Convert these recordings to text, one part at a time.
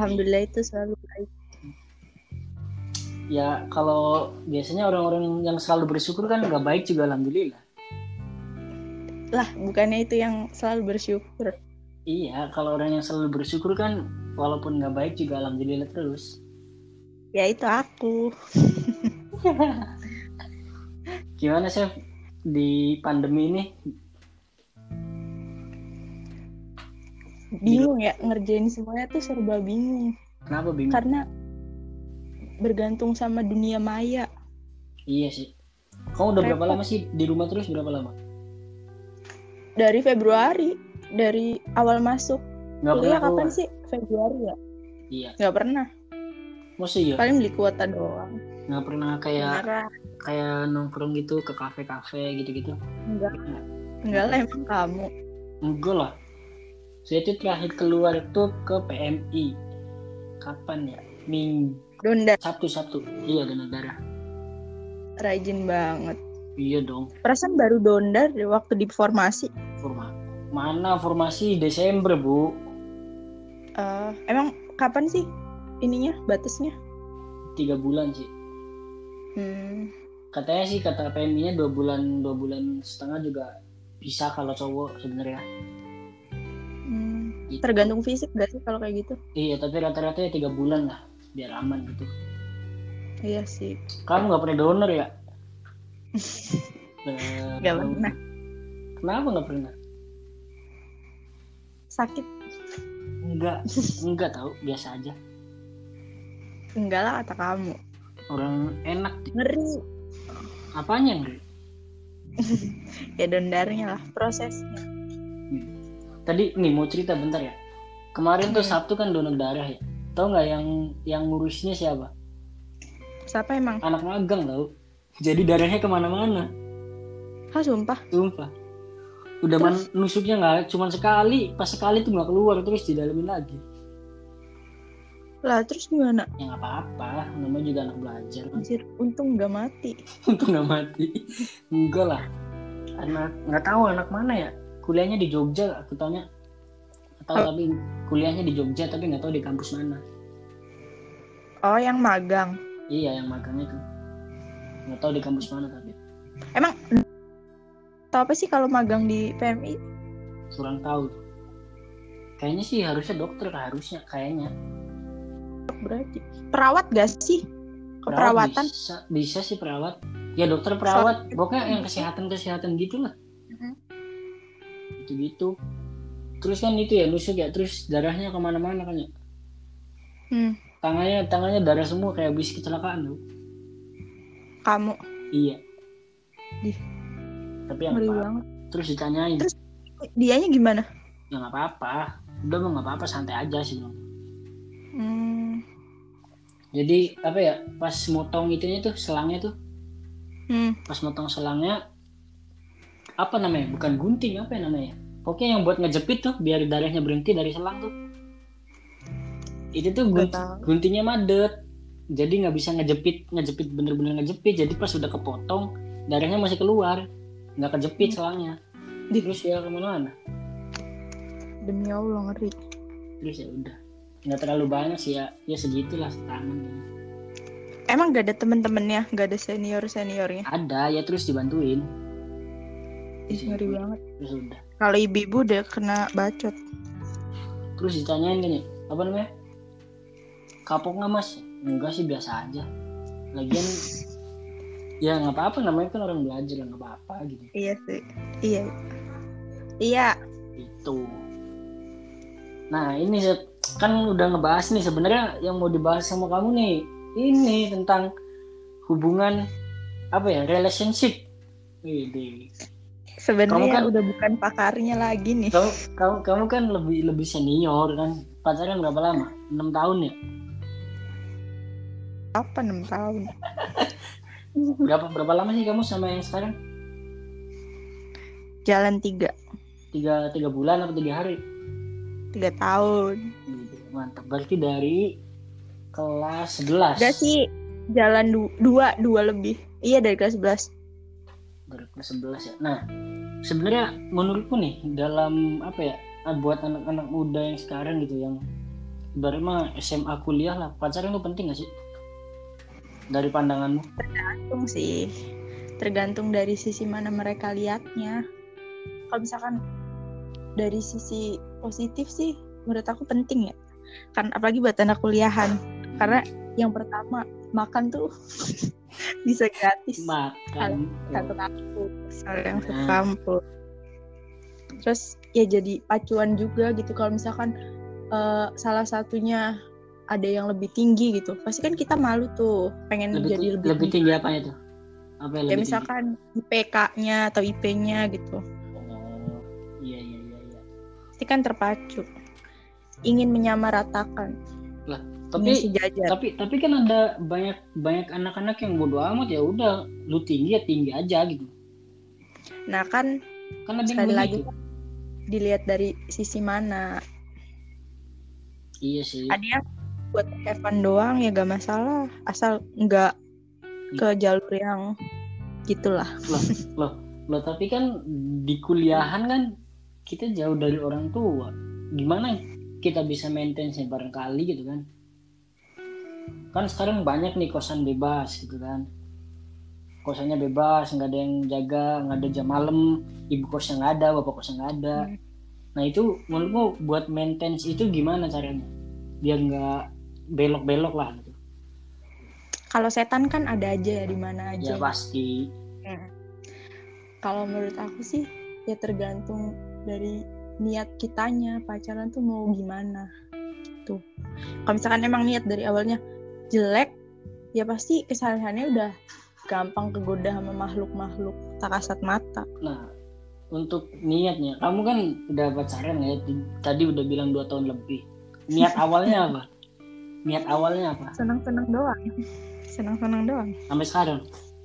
Alhamdulillah itu selalu baik. Ya kalau biasanya orang-orang yang selalu bersyukur kan nggak baik juga alhamdulillah. Lah, bukannya itu yang selalu bersyukur. Iya, kalau orang yang selalu bersyukur kan walaupun nggak baik juga alhamdulillah terus. Ya itu aku. Gimana sih di pandemi ini? Bingung ya, ngerjain semuanya tuh serba bingung. Kenapa bingung? Karena bergantung sama dunia maya. Iya sih. Kamu udah berapa Repot. lama sih di rumah terus, berapa lama? Dari Februari, dari awal masuk. Nggak Kuliah pernah kapan keluar? sih? Februari ya? Iya. Nggak pernah. Maksudnya ya? Paling beli kuota doang. Nggak pernah kayak Beneran. kayak nongkrong gitu ke kafe-kafe gitu-gitu? Enggak lah, emang kamu. Enggak lah. Saya tuh terakhir keluar tuh ke PMI. Kapan ya? Donda, Sabtu. Iya, donor darah. rajin banget. Iya dong. Perasaan baru donor waktu di formasi. Mana formasi Desember, Bu? Emang kapan sih ininya, batasnya? 3 bulan sih. Katanya sih, kata PMI-nya 2 bulan setengah juga bisa kalau cowok sebenarnya. Gitu. Tergantung fisik gak sih kalau kayak gitu? Iya, tapi rata-rata ya 3 bulan lah biar aman gitu. Iya sih. Kamu nggak pernah donor ya? Nggak pernah. Kenapa nggak pernah? Sakit? Enggak tahu, biasa aja. Enggak lah kata kamu. Orang enak. Ngeri. Apanya ngeri? Ya dondarnya lah, prosesnya. Tadi nih mau cerita bentar ya. Kemarin tuh Sabtu kan donor darah ya. Tahu nggak yang ngurusnya siapa? Siapa emang? Anak magang tau. Jadi darahnya kemana-mana. Hah, sumpah? Sumpah. Udah nusuknya nggak cuma sekali, pas sekali tuh nggak keluar, terus didalemin lagi. Lah terus gimana? Ya nggak apa-apa, namanya juga anak belajar. Anjir, untung nggak mati. Untung nggak mati. Enggak lah. Nggak tahu anak mana ya. Kuliahnya di Jogja, aku tanya. Tahu tapi kuliahnya di Jogja tapi nggak tahu di kampus mana. Oh, yang magang. Iya, yang magang itu. Nggak tahu di kampus mana tapi. Emang tahu apa sih kalau magang di PMI? Kurang tahu. Kayaknya sih harusnya dokter, kayaknya. Berarti perawat gak sih? Keperawatan? Bisa sih perawat. Ya dokter perawat, pokoknya yang kesehatan gitulah. Gitu. Terus kan itu ya nusuk ya, terus darahnya kemana-mana kan ya. Tangannya darah semua kayak habis kecelakaan tuh. Kamu? Iya. Ih. Tapi yang apa? Terus ditanyain. Terus dianya gimana? Ya nggak apa-apa. Udah nggak apa-apa, santai aja sih bang. Jadi apa ya? Pas motong itunya tuh selangnya tuh. Pas motong selangnya apa namanya? Bukan gunting, apa ya namanya? Pokoknya yang buat ngejepit tuh biar darahnya berhenti dari selang tuh. Itu tuh guntingnya madet. Jadi nggak bisa ngejepit bener-bener ngejepit. Jadi pas udah kepotong darahnya masih keluar, nggak kejepit selangnya. Terus ya kemana-mana. Demi Allah ngeri. Terus ya udah, nggak terlalu banyak sih ya segitulah setangan. Emang nggak ada temen-temennya, nggak ada seniornya? Ada ya, terus dibantuin. Ngeri banget. Terus udah. Kalau ibu-ibu udah kena bacot. Terus ditanyain kan ya, apa namanya? Kapok nggak mas? Enggak sih, biasa aja. Lagian ya nggak apa-apa, namanya kan orang belajar, nggak apa-apa gitu. Iya sih. Iya. Itu. Nah ini kan udah ngebahas nih, sebenarnya yang mau dibahas sama kamu nih ini tentang hubungan apa ya, relationship. Sebenarnya kan udah bukan pakarnya lagi nih. Kamu kan lebih senior kan. Pacaran berapa lama? 6 tahun ya? Apa 6 tahun? Berapa lama sih kamu sama yang sekarang? Jalan 3 bulan apa 3 hari? 3 tahun. Mantap. Berarti dari kelas 11. Udah sih jalan 2 lebih. Iya, dari kelas 11. Dari kelas 11 ya. Nah, sebenarnya menurutku nih dalam apa ya, buat anak-anak muda yang sekarang gitu, Ibarat mah SMA kuliah lah, pacaran itu penting gak sih dari pandanganmu? Tergantung sih, tergantung dari sisi mana mereka lihatnya. Kalau misalkan dari sisi positif sih menurut aku penting ya, kan apalagi buat anak kuliahan, karena yang pertama makan tuh bisa gratis Makan satu kampus, yang satu kampus. Terus ya jadi pacuan juga gitu, kalau misalkan salah satunya ada yang lebih tinggi gitu, pasti kan kita malu tuh pengen lebih tinggi apa itu? Apa yang ya misalkan IPK-nya atau IP-nya gitu. Iya. Pasti kan terpacu, ingin menyamaratakan lah. Tapi kan ada banyak anak-anak yang bodo amat, ya udah lu tinggi ya tinggi aja gitu. Nah kan sekali lagi kan dilihat dari sisi mana. Iya sih. Ada yang buat have fun doang ya gak masalah, asal nggak ke jalur yang gitulah. Loh tapi kan di kuliahan kan kita jauh dari orang tua, gimana kita bisa maintain-nya barangkali gitu kan? Kan sekarang banyak nih kosan bebas gitu kan, kosannya bebas, nggak ada yang jaga, nggak ada jam malam, ibu kosnya nggak ada, bapak kosnya nggak ada. Nah itu menurutmu buat maintain itu gimana caranya biar nggak belok-belok lah gitu? Kalau setan kan ada aja ya di mana aja. Ya pasti. Kalau menurut aku sih ya tergantung dari niat kitanya, pacaran tuh mau gimana tuh. Kalau misalkan emang niat dari awalnya jelek, ya pasti kesalahannya udah gampang kegoda sama makhluk-makhluk tak kasat mata. Nah untuk niatnya, kamu kan udah pacaran ya, tadi udah bilang 2 tahun lebih. Niat awalnya apa? Niat awalnya apa? Senang-senang doang. Sampai sekarang?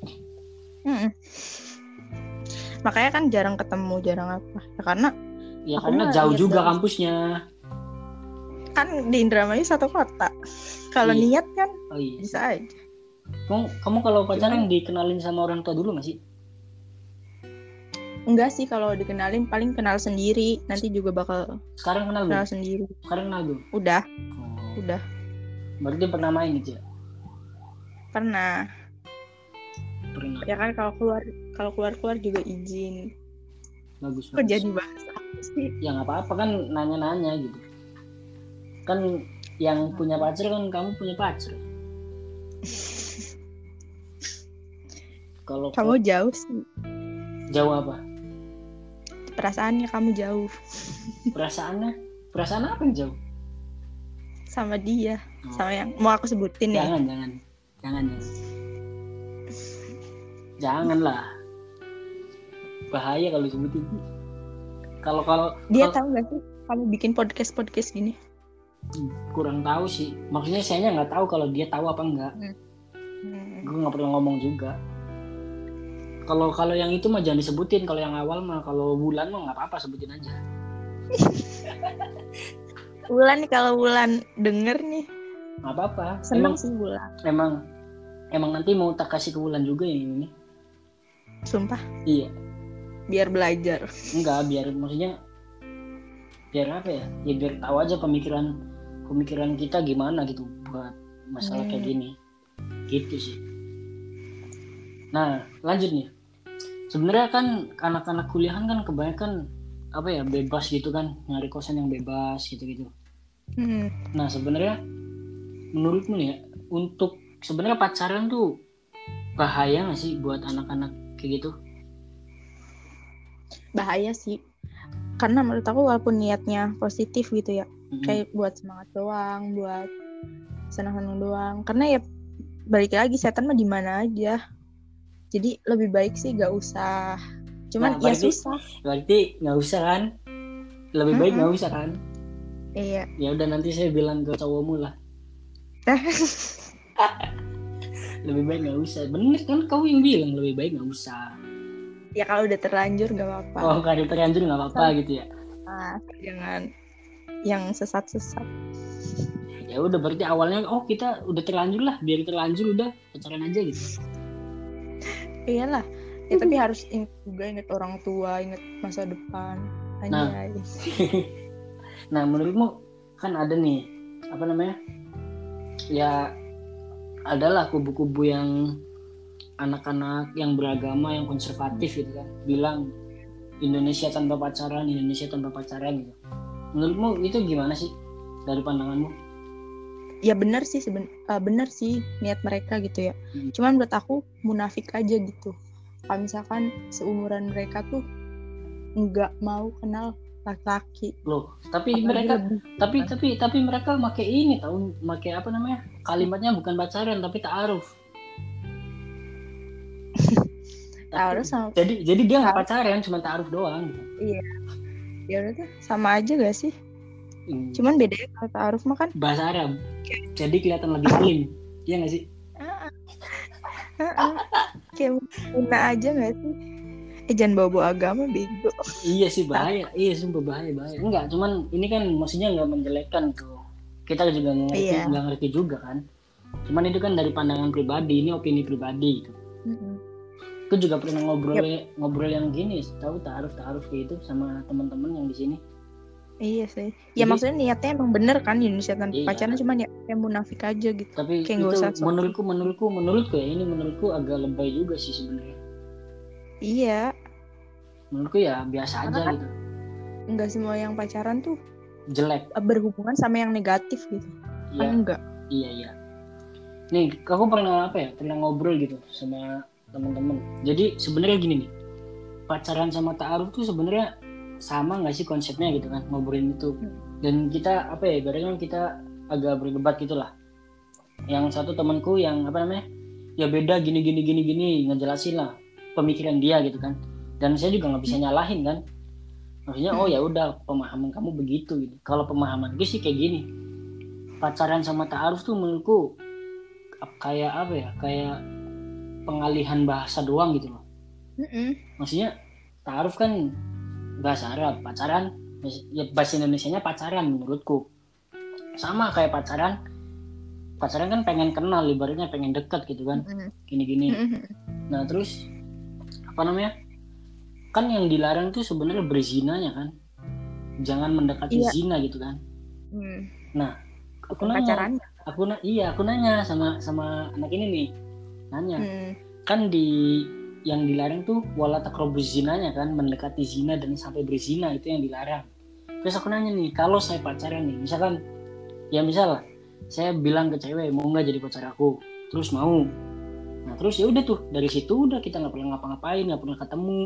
Makanya kan jarang ketemu, jarang apa. Ya karena jauh juga kampusnya. Kan di Indramayu satu kota. Kalau niat kan bisa aja. Kamu kalau pacaran dikenalin sama orang tua dulu gak sih? Enggak sih, kalau dikenalin paling kenal sendiri. Nanti juga bakal sekarang kenal sendiri. Sekarang kenal dulu? Udah. Berarti pernah main gitu ya? Pernah. Ya kan kalau keluar juga izin. Bagus. Kok jadi bahasa sih? Ya nggak apa-apa kan, nanya-nanya gitu. Kan yang punya pacar kan kamu punya pacar. Kalau kamu jauh sih. Jauh apa? Perasaannya kamu jauh. Perasaan apa yang jauh? Sama dia, sama yang mau aku sebutin ya. Jangan. Janganlah. Bahaya kalau sebutin. Kalau dia tahu nggak sih kamu bikin podcast gini? Kurang tahu sih. Maksudnya saya nggak tahu kalau dia tahu apa enggak. Gue nggak perlu ngomong juga. Kalau yang itu mah jangan disebutin. Kalau yang awal mah, kalau Bulan mah nggak apa-apa, sebutin aja. Bulan nih, kalau Bulan denger nih nggak apa-apa. Senang sih Bulan. Emang nanti mau tak kasih ke Bulan juga yang ini. Sumpah? Iya. Biar belajar. Enggak, maksudnya biar apa ya? Ya biar tahu aja pemikiran kita gimana gitu buat masalah kayak gini. Gitu sih. Nah, lanjut nih. Sebenarnya kan anak-anak kuliahan kan kebanyakan apa ya, bebas gitu kan, nyari kosan yang bebas gitu-gitu. Nah, sebenarnya menurutmu nih ya, untuk sebenarnya pacaran tuh bahaya nggak sih buat anak-anak kayak gitu? Bahaya sih, karena menurut aku walaupun niatnya positif gitu ya, kayak buat semangat doang, buat senang-senang doang, karena ya balik lagi setan mah di mana aja. Jadi lebih baik sih gak usah. Cuman ya susah. Berarti gak usah kan? Lebih baik gak usah kan? Iya. Ya udah, nanti saya bilang ke cowokmu lah. Lebih baik gak usah. Bener kan kau yang bilang lebih baik gak usah. Ya kalau udah terlanjur gak apa-apa. Oh, kalau terlanjur gak apa-apa gitu ya? Jangan yang sesat-sesat. Ya udah, berarti awalnya kita udah terlanjur lah, biar terlanjur udah pacaran aja gitu. Iyalah, ya tapi harus ingat orang tua, ingat masa depan. Nah, menurutmu kan ada nih apa namanya, ya adalah kubu-kubu yang anak-anak yang beragama, yang konservatif gitu kan, bilang Indonesia tanpa pacaran gitu. Menurutmu itu gimana sih dari pandanganmu? Ya benar sih, benar sih niat mereka gitu ya. Cuman menurut aku munafik aja gitu. Kalau misalkan seumuran mereka tuh nggak mau kenal laki-laki. Loh, tapi mereka pakai ini tahu, pakai apa namanya? Kalimatnya bukan pacaran tapi ta'aruf. Ta'aruf sama. Jadi dia nggak pacaran, cuma ta'aruf doang gitu. Iya. Ya udah sama aja gak sih? Cuman bedanya kalau ta'aruf mah kan bahasa Arab. Jadi kelihatan lebih alim. Iya nggak sih? Kayak guna aja gak sih? Jangan bawa agama bego. Iya sih bahaya. Iya sumpah bahaya. Enggak, cuman ini kan maksudnya nggak menjelekkan tuh. Kita juga nggak ngerti juga kan. Cuman itu kan dari pandangan pribadi, ini opini pribadi gitu. Aku juga pernah ngobrol yang gini, tahu ta'aruf gitu sama teman-teman yang di sini. Iya sih. Ya jadi, maksudnya niatnya emang bener kan Indonesia tanpa pacaran, cuman ya kayak munafik aja gitu. Tapi kayak itu menurutku ya, ini menurutku agak lebay juga sih sebenarnya. Iya. Menurutku ya biasa aja kan gitu. Enggak semua yang pacaran tuh jelek. Berhubungan sama yang negatif gitu. Iya. Kan enggak. Iya. Nih, aku pernah ngobrol gitu sama teman-teman. Jadi sebenarnya gini nih. Pacaran sama ta'aruf tuh sebenarnya sama nggak sih konsepnya gitu kan, ngobrolin itu. Dan kita ibaratnya kita agak berdebat gitulah. Yang satu temanku yang ya beda gini ngejelasin lah pemikiran dia gitu kan, dan saya juga nggak bisa nyalahin kan, maksudnya ya udah pemahaman kamu begitu gitu. Kalau pemahaman gue sih kayak gini, pacaran sama ta'aruf tuh menurutku kayak kayak pengalihan bahasa doang gitu loh. Maksudnya ta'aruf kan bahasa Arab, pacaran ya bahasa Indonesianya pacaran menurutku. Sama kayak pacaran kan pengen kenal, ibaratnya pengen dekat gitu kan, gini. Nah terus kan yang dilarang tuh sebenarnya berzinanya kan, jangan mendekati zina gitu kan. Nah aku nanya sama anak ini nih, kan yang dilarang tuh wala taqrabuz zinanya kan, mendekati zina dan sampai berzina, itu yang dilarang. Terus aku nanya nih, kalau saya pacaran nih, misal saya bilang ke cewek mau nggak jadi pacar aku, terus mau. Nah terus ya udah tuh, dari situ udah kita nggak pernah ngapa-ngapain, nggak pernah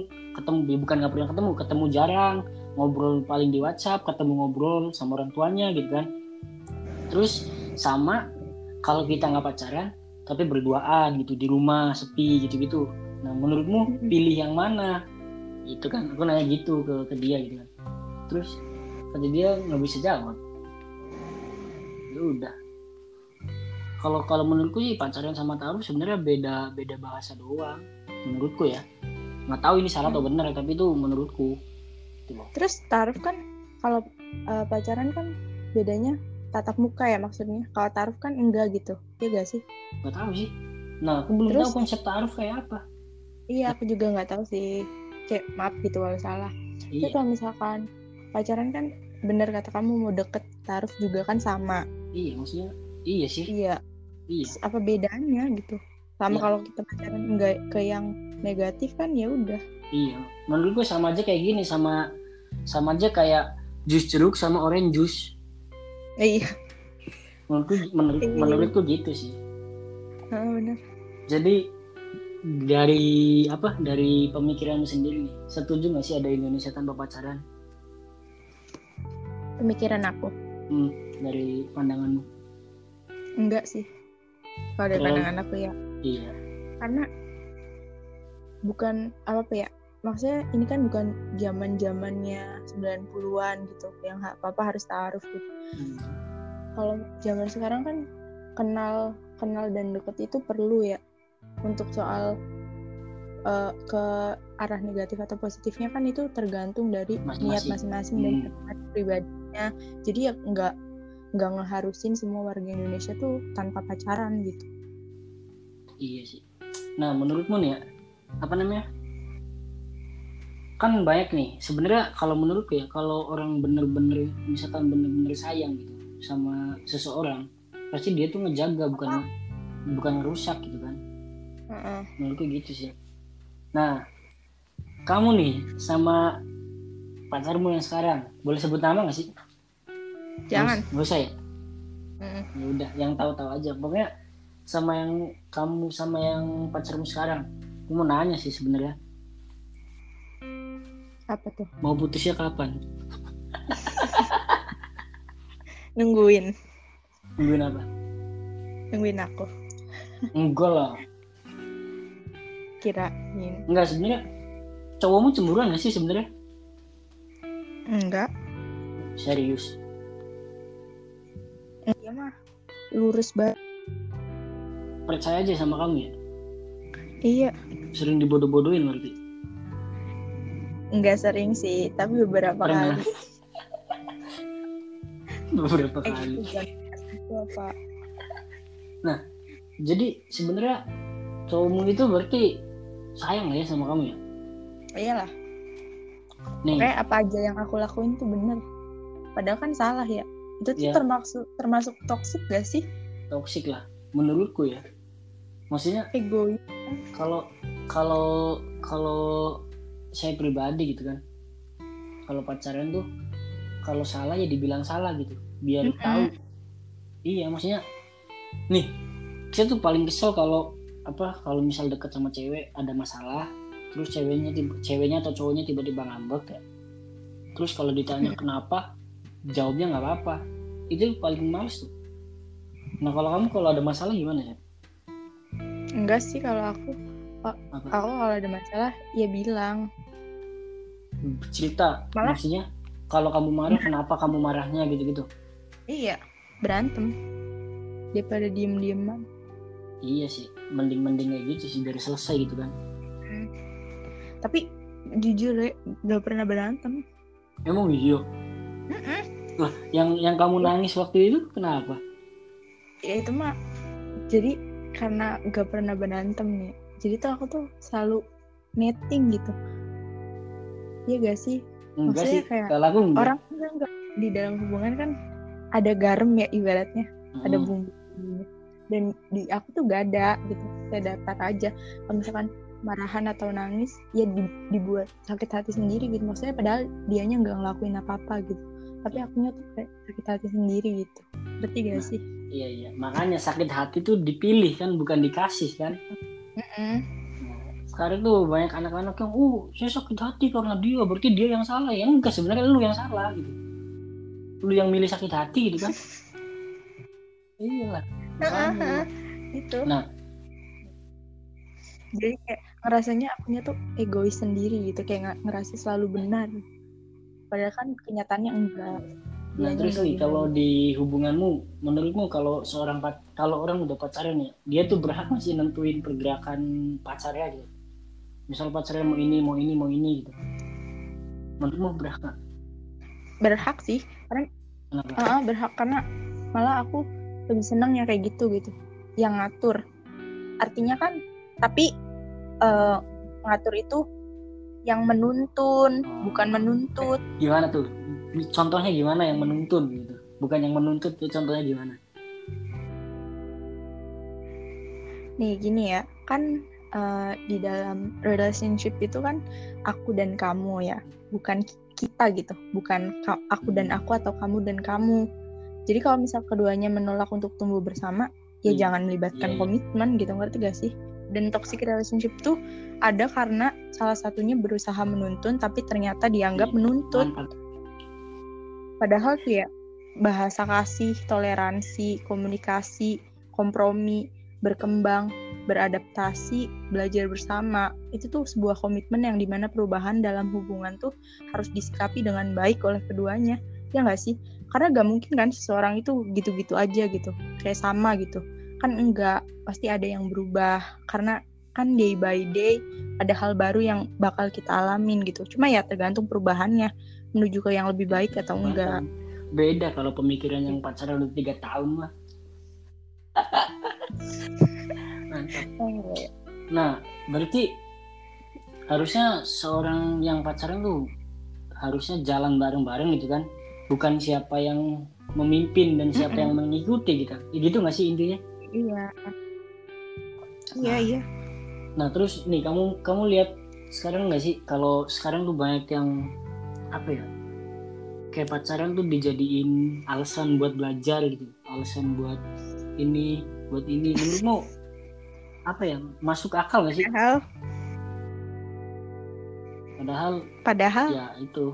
ketemu jarang, ngobrol paling di WhatsApp, ngobrol sama orang tuanya gitu kan. Terus sama kalau kita nggak pacaran tapi berduaan gitu di rumah sepi gitu. Nah menurutmu pilih yang mana? Itu kan aku nanya gitu ke dia gitu kan. Terus kata dia nggak bisa jawab. Ya udah. Kalau menurutku sih pacaran sama ta'aruf sebenarnya beda bahasa doang. Menurutku ya. Nggak tahu ini salah atau benar, tapi itu menurutku. Terus ta'aruf kan kalau pacaran kan bedanya tatap muka ya maksudnya. Kalau ta'aruf kan enggak gitu. Iya gak sih? Nggak tahu sih. Nah aku belum tahu konsep ta'aruf kayak apa. Iya, aku juga nggak tahu sih. Kayak maaf gitu kalau salah. Tapi kalau misalkan pacaran kan bener kata kamu, mau deket, ta'aruf juga kan sama. Iya, maksudnya iya sih. Iya. Apa bedanya gitu? Sama kalau kita pacaran enggak ke yang negatif kan ya udah. Iya. Menurut gue sama aja kayak gini, sama aja kayak jus jeruk sama orange juice. Iya. Menurutku gitu sih. Benar. Jadi dari pemikiranmu sendiri nih, setuju nggak sih ada Indonesia tanpa pacaran? Pemikiran aku. Dari pandanganmu? Enggak sih. Kalau dari pandangan aku ya. Iya. Karena bukan maksudnya ini kan bukan zaman-zamannya 90-an gitu yang apa harus ta'aruf gitu. Kalau zaman sekarang kan kenal dan deket itu perlu ya. Untuk soal ke arah negatif atau positifnya kan itu tergantung dari niat masing-masing dan pribadinya. Jadi ya nggak ngeharusin semua warga Indonesia tuh tanpa pacaran gitu. Iya sih. Nah menurutmu nih ya, kan banyak nih sebenarnya. Kalau menurutku ya, kalau orang bener-bener sayang gitu sama seseorang, pasti dia tuh ngejaga, bukan ngerusak gitu kan. Menurutku gitu sih. Nah, kamu nih sama pacarmu yang sekarang, boleh sebut nama gak sih? Jangan. Nggak usah ya? Ya udah, yang tahu-tahu aja. Pokoknya sama yang kamu sama yang pacarmu sekarang, aku mau nanya sih sebenarnya. Apa tuh? Mau putusnya kapan? Nungguin apa? Nungguin aku. Enggak lah. Kirain. Enggak, sebenarnya cowokmu cemburuan gak sih sebenarnya? Enggak. Serius? Iya mah lurus banget. Percaya aja sama kamu ya? Iya. Sering dibodoh-bodohin berarti? Enggak sering sih, tapi beberapa Pernah. kali. Beberapa kali. Apa? Nah, jadi sebenarnya cowokmu itu berarti sayang gak ya sama kamu ya? Iyalah. Nih. Kayak apa aja yang aku lakuin tuh bener. Padahal kan salah ya. Itu tuh ya, termasuk toksik gak sih? Toksik lah, menurutku ya. Maksudnya egois. Kalau saya pribadi gitu kan, kalau pacaran tuh kalau salah ya dibilang salah gitu, biar tahu. Iya, maksudnya nih, saya tuh paling kesel kalau misal deket sama cewek ada masalah, terus ceweknya atau cowoknya tiba-tiba ngambek ya. Terus kalau ditanya kenapa, jawabnya nggak apa-apa. Itu paling males tuh. Nah, kalau ada masalah gimana ya? Enggak sih kalau aku kalau ada masalah ya bilang. Cerita. Maksudnya kalau kamu marah, kenapa kamu marahnya gitu-gitu? Iya, berantem daripada diem-dieman. Iya sih, mending kayak gitu sih, biar selesai gitu kan. Tapi jujur ya, gak pernah berantem. Emang iya? Lah, yang kamu nangis waktu itu kenapa? Ya itu mah jadi karena gak pernah berantem nih. Jadi tuh aku tuh selalu netting gitu. Iya gak sih? Enggak sih, kayak kalau aku enggak. Orang kan di dalam hubungan kan ada garam ya ibaratnya, ada bumbu. Dan di aku tuh gak ada gitu. Saya datar aja. Kalau misalkan marahan atau nangis, ya dibuat sakit hati sendiri gitu. Maksudnya padahal dianya gak ngelakuin apa-apa gitu. Tapi akunya tuh kayak sakit hati sendiri gitu. Berarti gak sih? Iya. Makanya sakit hati tuh dipilih kan, bukan dikasih kan. Sekarang tuh banyak anak-anak yang saya sakit hati karena dia, berarti dia yang salah. Ya enggak, sebenarnya lu yang salah gitu. Lu yang milih sakit hati gitu kan. Iyalah. Itu. Nah, jadi kayak ngerasanya akunya tuh egois sendiri gitu, kayak ngerasa selalu benar. Padahal kan kenyataannya enggak. Nah, terus nih kalau di hubunganmu, menurutmu kalau orang udah pacaran ya, dia tuh berhak masih nentuin pergerakan pacarnya gitu. Misal pacarnya mau ini gitu. Menurutmu berhak nggak? Berhak sih, karena berhak, karena malah aku lebih seneng yang kayak gitu, yang ngatur. Artinya kan, tapi ngatur itu yang menuntun, bukan menuntut. Gimana tuh? Contohnya gimana yang menuntun gitu? Bukan yang menuntut, tuh contohnya gimana? Nih gini ya, kan di dalam relationship itu kan aku dan kamu ya, bukan kita gitu, bukan aku dan aku atau kamu dan kamu. Jadi kalau misal keduanya menolak untuk tumbuh bersama, ya jangan melibatkan komitmen gitu, ngerti gak sih? Dan toxic relationship tuh ada karena salah satunya berusaha menuntun tapi ternyata dianggap menuntut. Padahal tuh ya bahasa kasih, toleransi, komunikasi, kompromi, berkembang, beradaptasi, belajar bersama, itu tuh sebuah komitmen yang dimana perubahan dalam hubungan tuh harus disikapi dengan baik oleh keduanya, ya nggak sih? Karena nggak mungkin kan seseorang itu gitu-gitu aja gitu, kayak sama gitu, kan enggak, pasti ada yang berubah, karena kan day by day ada hal baru yang bakal kita alamin gitu. Cuma ya tergantung perubahannya menuju ke yang lebih baik atau enggak. Beda kalau pemikiran yang pacaran udah 3 tahun mah. Mantap. Nah, berarti harusnya seorang yang pacaran tuh harusnya jalan bareng-bareng gitu kan, bukan siapa yang memimpin dan siapa yang mengikuti gitu. Gitu nggak sih intinya? Iya. Nah terus nih kamu lihat sekarang nggak sih, kalau sekarang tuh banyak yang apa ya, kayak pacaran tuh dijadiin alasan buat belajar gitu, alasan buat ini. Menurutmu apa ya, masuk akal nggak sih? Padahal ya itu.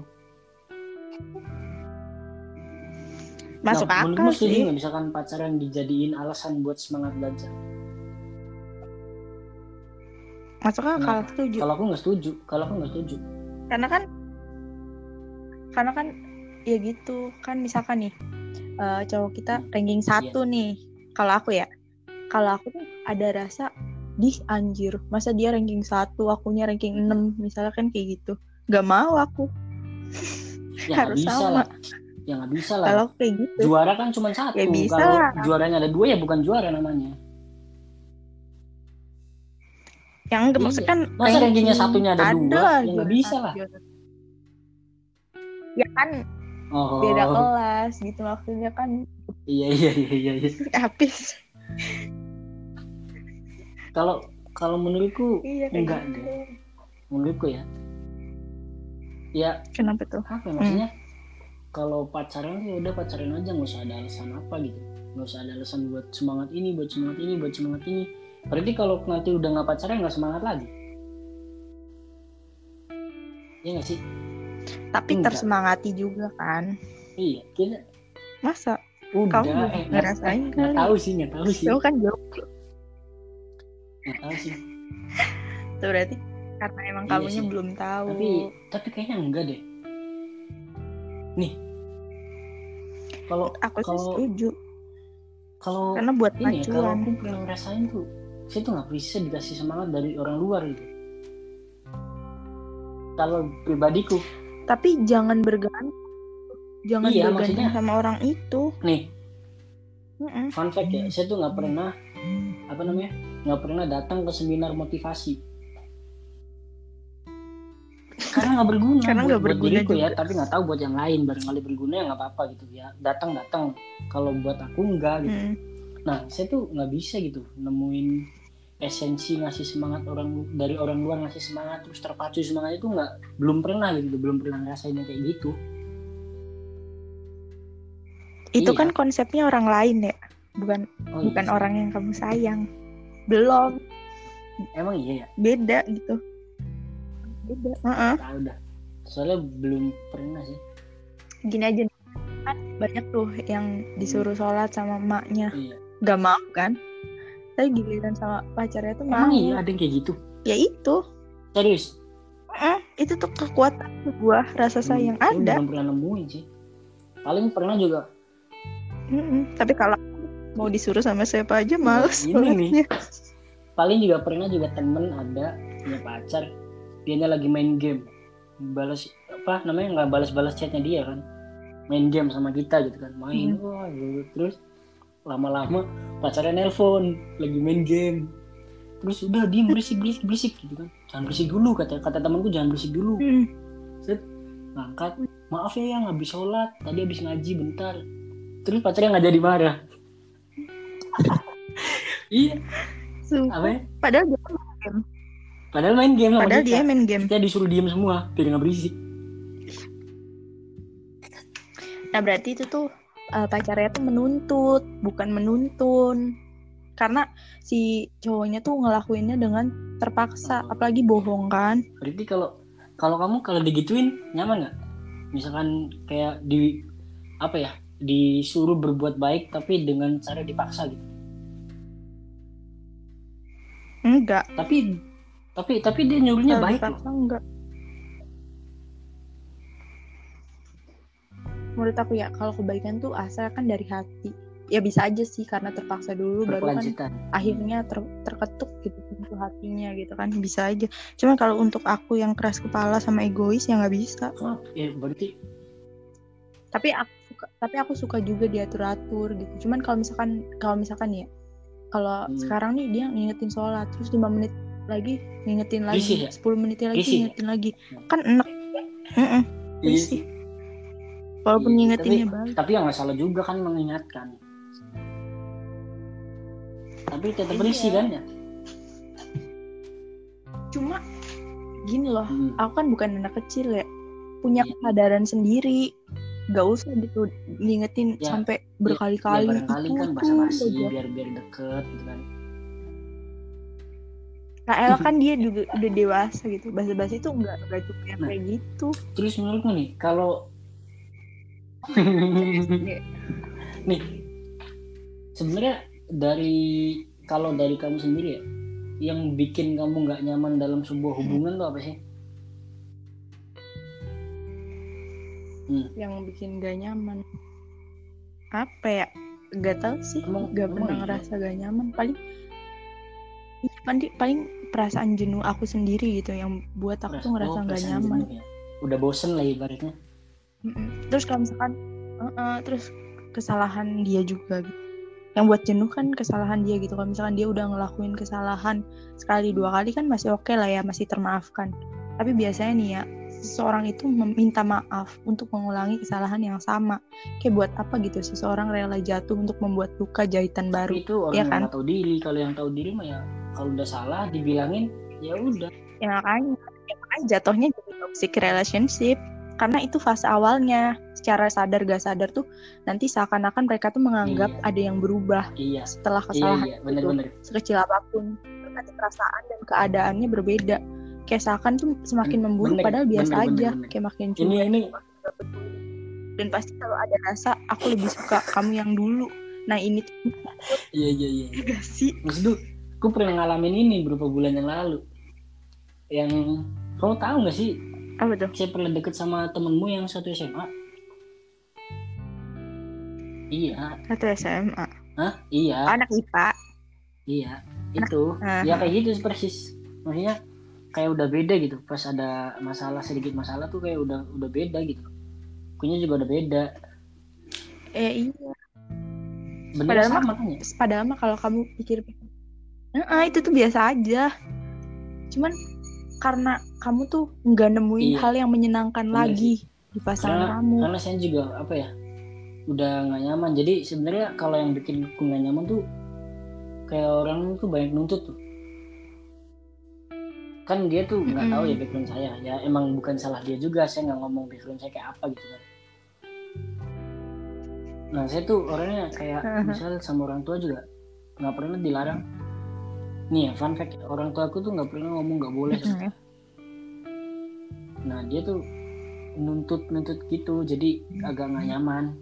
Masuk akal menurutmu setuju sih. nggak misalkan pacaran dijadiin alasan buat semangat belajar? Masuk akal, setuju. Kalau aku nggak setuju. Karena kan ya gitu kan, misalkan nih cowok kita ranking 1 nih. Kalau aku tuh ada rasa anjir, masa dia ranking 1 akunya ranking 6 misalnya, kan kayak gitu. Gak mau aku. Ya harus bisa sama. Ya nggak bisa lah. Kalau kayak gitu. Juara kan cuma 1. Ya bisa. Kalau juaranya ada 2 ya bukan juara namanya. Yang enggak, maksudnya kan masa rankingnya satunya ada 2, ya nggak bisa lah. Ya kan beda kelas gitu maksudnya kan. Iya. Habis. Kalau menurutku enggak gitu. deh. Menurutku ya. Kenapa tuh? Apa maksudnya? Kalau pacaran ya udah pacaran aja, nggak usah ada alasan apa gitu. Nggak usah ada alasan buat semangat ini. Berarti kalau nanti udah nggak pacaran nggak semangat lagi. Ya nggak sih? Tapi tersemangati juga kan? Iya, kita. Masa? Udah, kamu ngerasain kali? Nggak tahu sih. Itu kan jauh. Nggak tahu sih. Itu berarti karena emang kamunya belum tahu. Tapi kayaknya enggak deh. Nih, aku setuju. Karena buat ini ya, kalau pacuan. aku yang ngerasain tuh, saya tuh nggak bisa dikasih semangat dari orang luar gitu. Kalau pribadiku. Tapi jangan bergantung. Bergantung sama orang itu. Nih, fun fact ya, saya tuh nggak pernah datang ke seminar motivasi. Karena nggak berguna buat diriku ya, tapi nggak tahu buat yang lain, barangkali berguna ya nggak apa-apa gitu ya. Datang. Kalau buat aku enggak gitu. Nah, saya tuh nggak bisa gitu nemuin esensi ngasih semangat dari orang luar, ngasih semangat terus terpacu semangat itu belum pernah ngerasain yang kayak gitu. Itu kan konsepnya orang lain ya, bukan orang yang kamu sayang. Belum. Emang iya ya? Beda gitu. Beda. Udah. Soalnya belum pernah sih. Gini aja kan, banyak tuh yang disuruh sholat sama emaknya. Gak mau kan? Tapi giliran sama pacarnya tuh mau. Emang iya ada yang kayak gitu? Ya itu. Serius? Itu tuh kekuatan sebuah rasa sayang ada. Belum pernah nemuin sih. Paling pernah juga. Tapi kalau mau disuruh sama siapa aja males. Ini nih. Paling juga pernah juga temen ada punya pacar, dianya lagi main game, nggak balas chatnya dia kan, main game sama kita gitu kan, main gitu. Terus lama-lama pacarnya nelpon lagi main game, terus udah dia berisik gitu kan, jangan berisik dulu kata temanku, jangan berisik dulu. Set ngangkat, maaf ya yang habis sholat tadi, habis ngaji bentar. Terus pacarnya nggak jadi marah. Iya. Apa ya? Padahal main game. Padahal dia main game. Kita disuruh diem semua biar nggak berisik. Nah berarti itu tuh pacarnya tuh menuntut, bukan menuntun. Karena si cowoknya tuh ngelakuinnya dengan terpaksa, apalagi bohong kan. Berarti kalau kamu digituin nyaman nggak? Misalkan kayak disuruh berbuat baik tapi dengan cara dipaksa gitu. Enggak. Tapi dia nyuruhnya baik loh. Enggak. Menurut aku ya, kalau kebaikan tuh asalkan dari hati. Ya bisa aja sih karena terpaksa dulu, baru kan akhirnya terketuk gitu pintu hatinya gitu kan, bisa aja. Cuman kalau untuk aku yang keras kepala sama egois ya nggak bisa. Berarti. Tapi aku suka juga diatur-atur gitu. Cuman kalau misalkan ya, kalau sekarang nih dia ngingetin sholat, terus 5 menit lagi ngingetin lagi, 10 menit lagi ngingetin lagi, kan enak. Risih. Walaupun ngingetinnya balik. Tapi yang nggak salah juga kan mengingatkan. Tapi tetap risih kan ya. Cuma gini loh, aku kan bukan anak kecil ya, punya kesadaran sendiri. Gak usah gitu ngingetin sampai berkali-kali. Ya barangkali kan basa-basi biar deket gitu kan. Kael kan dia juga udah dewasa gitu. Basa-basi itu enggak cukup yang kayak gitu. Terus menurutmu nih kalau nih sebenarnya dari kamu sendiri ya, yang bikin kamu nggak nyaman dalam sebuah hubungan tuh apa sih? Yang bikin gak nyaman apa ya? Gak tahu sih. Gak pernah ngerasa gak nyaman. Paling perasaan jenuh aku sendiri gitu yang buat aku tuh ngerasa gak nyaman. Ya? Udah bosen lah ibaratnya. Terus kalau misalkan terus kesalahan dia juga gitu. Yang buat jenuh kan kesalahan dia gitu. Kalau misalkan dia udah ngelakuin kesalahan sekali 2 kali kan masih oke lah ya, masih termaafkan. Tapi biasanya nih ya, seseorang itu meminta maaf untuk mengulangi kesalahan yang sama. Kayak buat apa gitu seseorang rela jatuh untuk membuat luka jahitan baru. Itu orang ya yang kan? gak tahu diri. Kalau yang tahu diri mah ya kalau udah salah dibilangin ya udah. Ya makanya jatuhnya jadi toxic relationship. Karena itu fase awalnya, secara sadar gak sadar tuh nanti seakan-akan mereka tuh menganggap ada yang berubah setelah kesalahan bener. Sekecil apapun. Nanti perasaan dan keadaannya berbeda. Kayak seakan tuh semakin memburuk padahal biasa aja. Kayak makin cuek. Ini. Dan pasti kalau ada rasa aku lebih suka kamu yang dulu. Nah ini tuh. Iya. Gak sih? Maksud aku pernah ngalamin ini beberapa bulan yang lalu. Yang kamu tahu gak sih? Apa tuh? Saya pernah deket sama temenmu yang satu SMA. Iya. Satu SMA? Hah? Iya. Anak IPA? Iya. Itu. Ya kayak gitu persis. Maksudnya kayak udah beda gitu. Pas ada sedikit masalah tuh kayak udah beda gitu. Akunya juga udah beda. Iya. Bener padahal mah kalau kamu pikir itu tuh biasa aja. Cuman karena kamu tuh nggak nemuin hal yang menyenangkan lagi di pasangan kamu. Karena saya juga udah nggak nyaman. Jadi sebenarnya kalau yang bikin aku nggak nyaman tuh kayak orang tuh banyak nuntut tuh. Kan dia tuh nggak tahu ya background saya. Ya emang bukan salah dia juga. Saya nggak ngomong background saya kayak apa gitu kan. Nah saya tuh orangnya kayak misal sama orang tua juga nggak pernah dilarang. Nih ya fun fact, orang tua aku tuh nggak pernah ngomong nggak boleh. Nah dia tuh nuntut gitu, jadi agak nggak nyaman.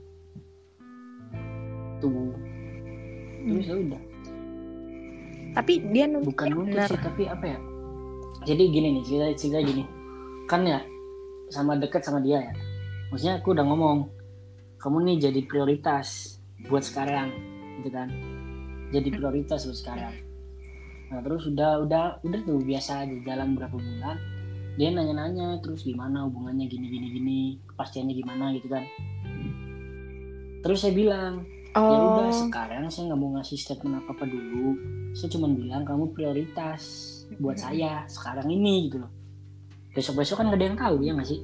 Tuh, terus ya udah. Tapi dia bukan nuntut sih, tapi apa ya? Jadi gini nih, cerita gini, kan ya sama dekat sama dia ya. Maksudnya aku udah ngomong, kamu nih jadi prioritas buat sekarang, gitu kan? Jadi prioritas buat sekarang. Nah terus udah tuh biasa aja jalan berapa bulan dia nanya-nanya terus gimana hubungannya gini kepastiannya gimana gitu kan. Terus saya bilang ya udah sekarang saya nggak mau ngasih statement apa dulu, saya cuma bilang kamu prioritas buat saya sekarang ini gitu loh. Besok kan nggak ada yang tahu ya nggak sih.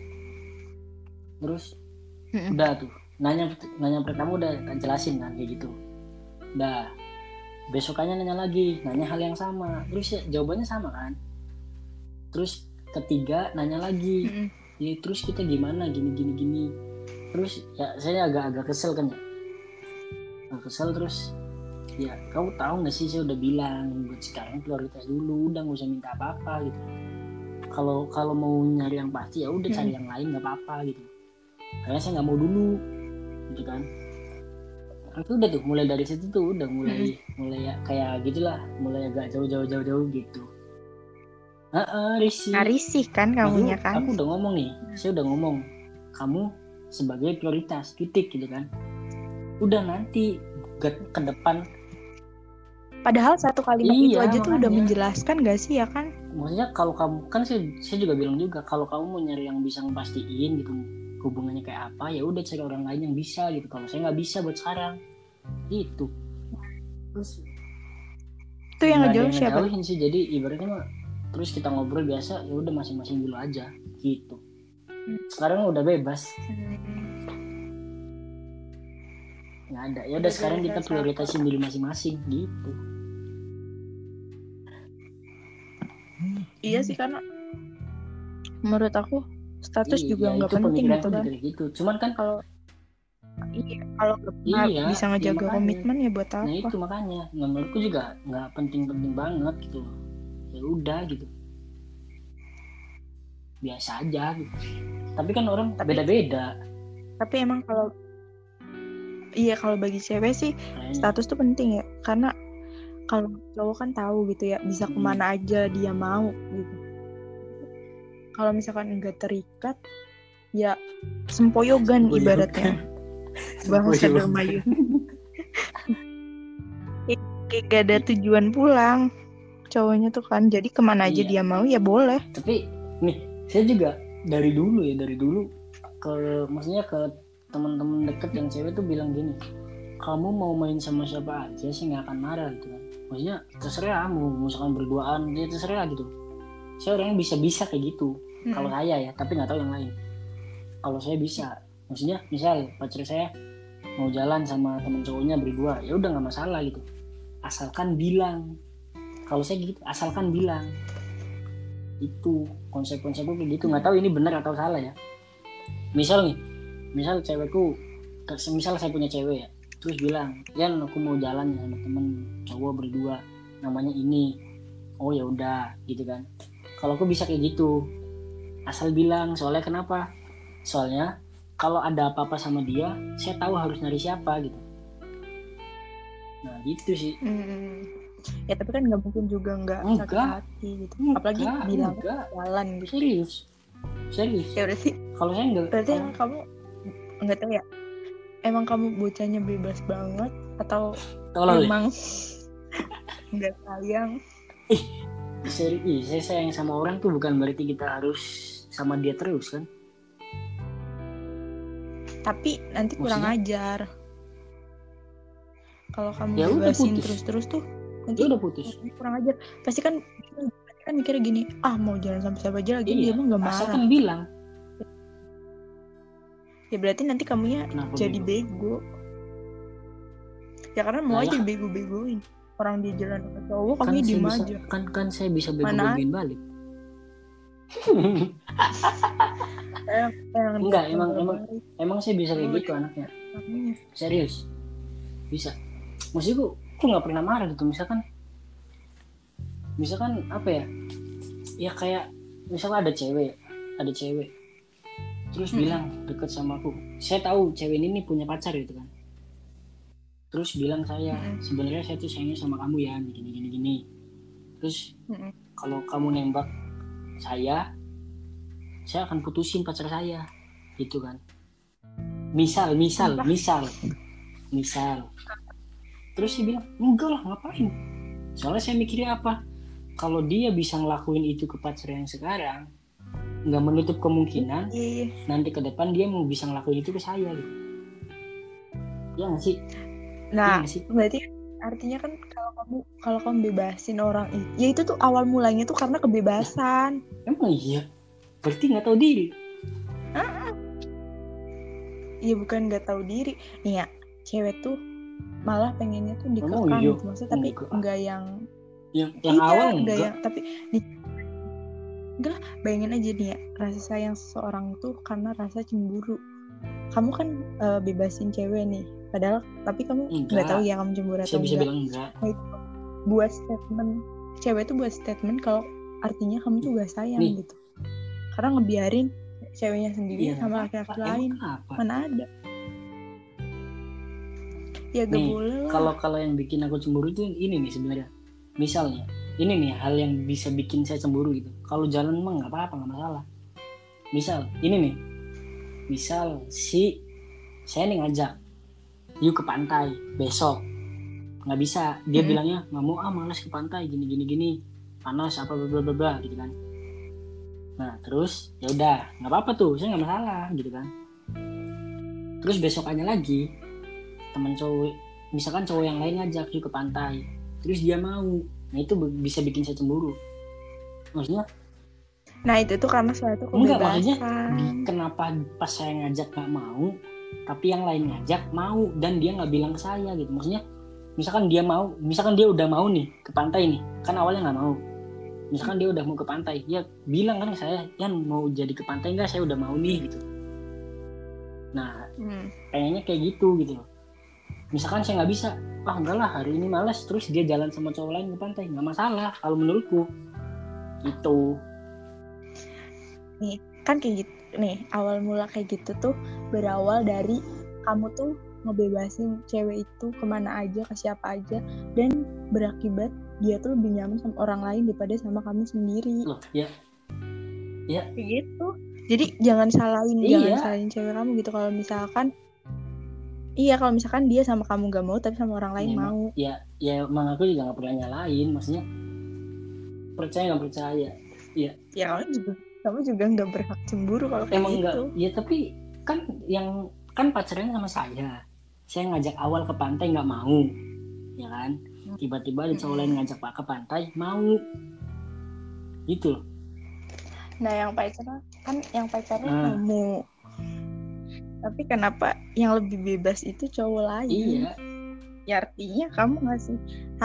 Terus udah tuh nanya pertama udah jelasin kan kayak gitu. Udah besokannya nanya lagi, nanya hal yang sama, terus ya, jawabannya sama kan. Terus ketiga nanya lagi, ya terus kita gimana gini. Terus ya saya agak kesel kan ya, terus ya kamu tahu nggak sih saya udah bilang buat sekarang prioritas dulu, udah nggak usah minta apa-apa gitu. Kalau mau nyari yang pasti ya udah cari yang lain nggak apa-apa gitu. Karena saya nggak mau dulu, gitu kan. Itu udah tuh mulai dari situ tuh udah mulai ya kayak gitulah, mulai agak jauh gitu. Risih kan kamunya kan. Aku udah ngomong nih, saya udah ngomong kamu sebagai prioritas titik gitu kan. Udah nanti ke depan. Padahal satu kalimat itu aja tuh udah menjelaskan gak sih ya kan? Maksudnya kalau kamu kan saya juga bilang juga kalau kamu mau nyari yang bisa ngepastiin gitu hubungannya kayak apa ya udah cari orang lain yang bisa gitu. Kalau saya nggak bisa buat sekarang itu. Terus itu yang ngejauh siapa? Ngejauhin sih, jadi ibaratnya mah terus kita ngobrol biasa ya udah masing-masing dulu aja gitu. Sekarang udah bebas. nggak ada. Ya udah sekarang kita prioritasin diri masing-masing gitu. Iya sih, karena menurut aku status juga nggak penting gitu kan. Gitu. Cuman kan kalau bisa ngejaga komitmen ya buat apa? Nah itu makanya menurutku juga nggak penting-penting banget gitu. Ya udah gitu, biasa aja gitu. Tapi kan orang beda-beda. Tapi emang kalau bagi cewek sih status tuh penting ya, karena kalau cowok kan tahu gitu ya bisa kemana aja dia mau gitu. Kalau misalkan enggak terikat ya sempoyogan ibaratnya. Bahasa Dermayu. Kayak gak ada tujuan pulang cowoknya tuh kan, jadi kemana aja dia mau ya boleh. Tapi nih saya juga dari dulu maksudnya ke teman-teman deket yang cewek tuh bilang gini, kamu mau main sama siapa aja sih nggak akan marah gitu kan. Maksudnya terserah mau misalkan berduaan dia terserah gitu. Saya orangnya bisa kayak gitu. Kalau saya ya, tapi nggak tahu yang lain. Kalau saya bisa, maksudnya misal pacar saya mau jalan sama temen cowoknya berdua, ya udah nggak masalah gitu, asalkan bilang. Kalau saya gitu, asalkan bilang. Itu konsep-konsepku kayak gitu. Nggak tahu ini benar atau salah ya. Misal cewekku, misal saya punya cewek ya, terus bilang, Yan aku mau jalan sama temen cowok berdua, namanya ini. Oh ya udah gitu kan. Kalau aku bisa kayak gitu, asal bilang. Soalnya kenapa? Soalnya kalau ada apa-apa sama dia, saya tahu harus nyari siapa gitu. Nah gitu sih. Ya tapi kan nggak mungkin juga nggak sakit hati gitu. Apalagi bilang jalan gitu. Serius. Ya berarti. Kalau saya nggak. Berarti emang kamu nggak tahu ya. Emang kamu bocahnya bebas banget atau emang nggak sayang? Serius. Saya sayang sama orang tuh bukan berarti kita harus sama dia terus kan. Tapi nanti kurang ajar. Kalau kamu bebasin terus tuh nanti udah putus. Kurang ajar. Pasti kan mikirnya gini, mau jalan sama siapa aja lagi, dia mah nggak marah. Asalkan bilang. Ya berarti nanti kamunya jadi bego. Ya karena mau aja bego-begoin. Orang dia jalan sama cowok, kamu diem aja. Kan saya bisa bego-begoin balik. Enggak, emang saya bisa kayak gitu anaknya. Serius bisa. Maksudku aku nggak pernah marah gitu. Misalkan apa ya kayak misalkan ada cewek terus bilang deket sama aku, saya tahu cewek ini punya pacar gitu kan, terus bilang sebenarnya saya tuh sayangnya sama kamu ya gini. Terus kalau kamu nembak saya akan putusin pacar saya gitu kan. Misal. Terus dia bilang, enggak lah ngapain. Soalnya saya mikirnya apa, kalau dia bisa ngelakuin itu ke pacar yang sekarang, nggak menutup kemungkinan nanti ke depan dia mau bisa ngelakuin itu ke saya gitu. Ya nggak sih? Nah berarti artinya kan kalau kamu bebasin orang itu tuh awal mulanya tuh karena kebebasan. Emang iya? Berarti nggak tahu diri. Iya bukan nggak tahu diri nih ya, cewek tuh malah pengennya tuh dikekang gitu maksudnya, tapi enggak yang awal enggak. Tapi enggak lah, bayangin aja nih ya, rasa sayang seseorang tuh karena rasa cemburu. Kamu kan bebasin cewek nih, padahal tapi kamu nggak tahu ya kamu cemburu atau enggak. Nah, buat statement cewek tuh buat statement kalau artinya kamu tuh gak sayang gitu, karena ngebiarin ceweknya sendiri sama laki-laki lain. Mana ada. Ya gak boleh lah. Kalau yang bikin aku cemburu itu ini nih sebenarnya. Misalnya, ini nih hal yang bisa bikin saya cemburu gitu. Kalau jalan mah nggak apa-apa, nggak masalah. Misal, ini nih. Misal saya nih ngajak, yuk ke pantai besok. Nggak bisa, dia bilangnya nggak mau, malas ke pantai, gini, panas apa bla bla bla gitu kan. Nah terus ya udah nggak apa-apa tuh, saya nggak masalah gitu kan. Terus besokannya lagi teman cowok, misalkan cowok yang lain ngajak yuk ke pantai, terus dia mau, nah itu bisa bikin saya cemburu. Maksudnya? Nah itu tuh karena suatu kebebasan. Enggak, maksudnya kenapa pas saya ngajak nggak mau, tapi yang lain ngajak mau dan dia nggak bilang ke saya gitu. Maksudnya misalkan dia udah mau nih ke pantai nih, kan awalnya nggak mau. Misalkan dia udah mau ke pantai, ya bilang kan ke saya, Yan mau jadi ke pantai nggak, saya udah mau nih gitu. Nah kayaknya kayak gitu loh. Misalkan saya nggak bisa, enggak lah hari ini malas, terus dia jalan sama cowok lain ke pantai, nggak masalah kalau menurutku gitu. Nih kan kayak gitu nih, awal mula kayak gitu tuh berawal dari kamu tuh ngebebasin cewek itu kemana aja, ke siapa aja, dan berakibat dia tuh lebih nyaman sama orang lain daripada sama kamu sendiri. Loh, ya kayak gitu. Jadi jangan salahin cewek kamu gitu. Kalau misalkan dia sama kamu gak mau tapi sama orang lain mau. Ya emang aku juga gak pernah nyalain, maksudnya percaya gak percaya. Iya. Ya kamu juga gak berhak cemburu kalau kayak emang gitu. Enggak. Ya tapi kan pacarnya sama saya ngajak awal ke pantai nggak mau, ya kan? Tiba-tiba ada cowok lain ngajak ke pantai mau, gitu. Nah yang pacarnya kamu, tapi kenapa yang lebih bebas itu cowok lain? Iya. Ya artinya kamu ngasih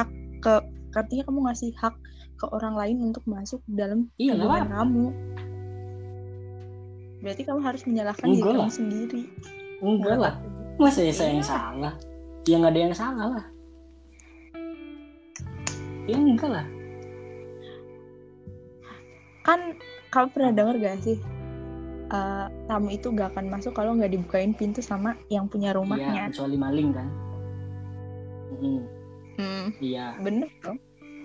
hak ke orang lain untuk masuk dalam hubungan kamu. Berarti kamu harus menyalahkan diri kamu sendiri. Enggak lah. Masa saya yang salah? Ya nggak ada yang salah lah. Ya enggak lah. Kan kamu pernah dengar gak sih? Tamu itu gak akan masuk kalau nggak dibukain pintu sama yang punya rumahnya. Iya, kecuali maling kan. Iya. Bener dong.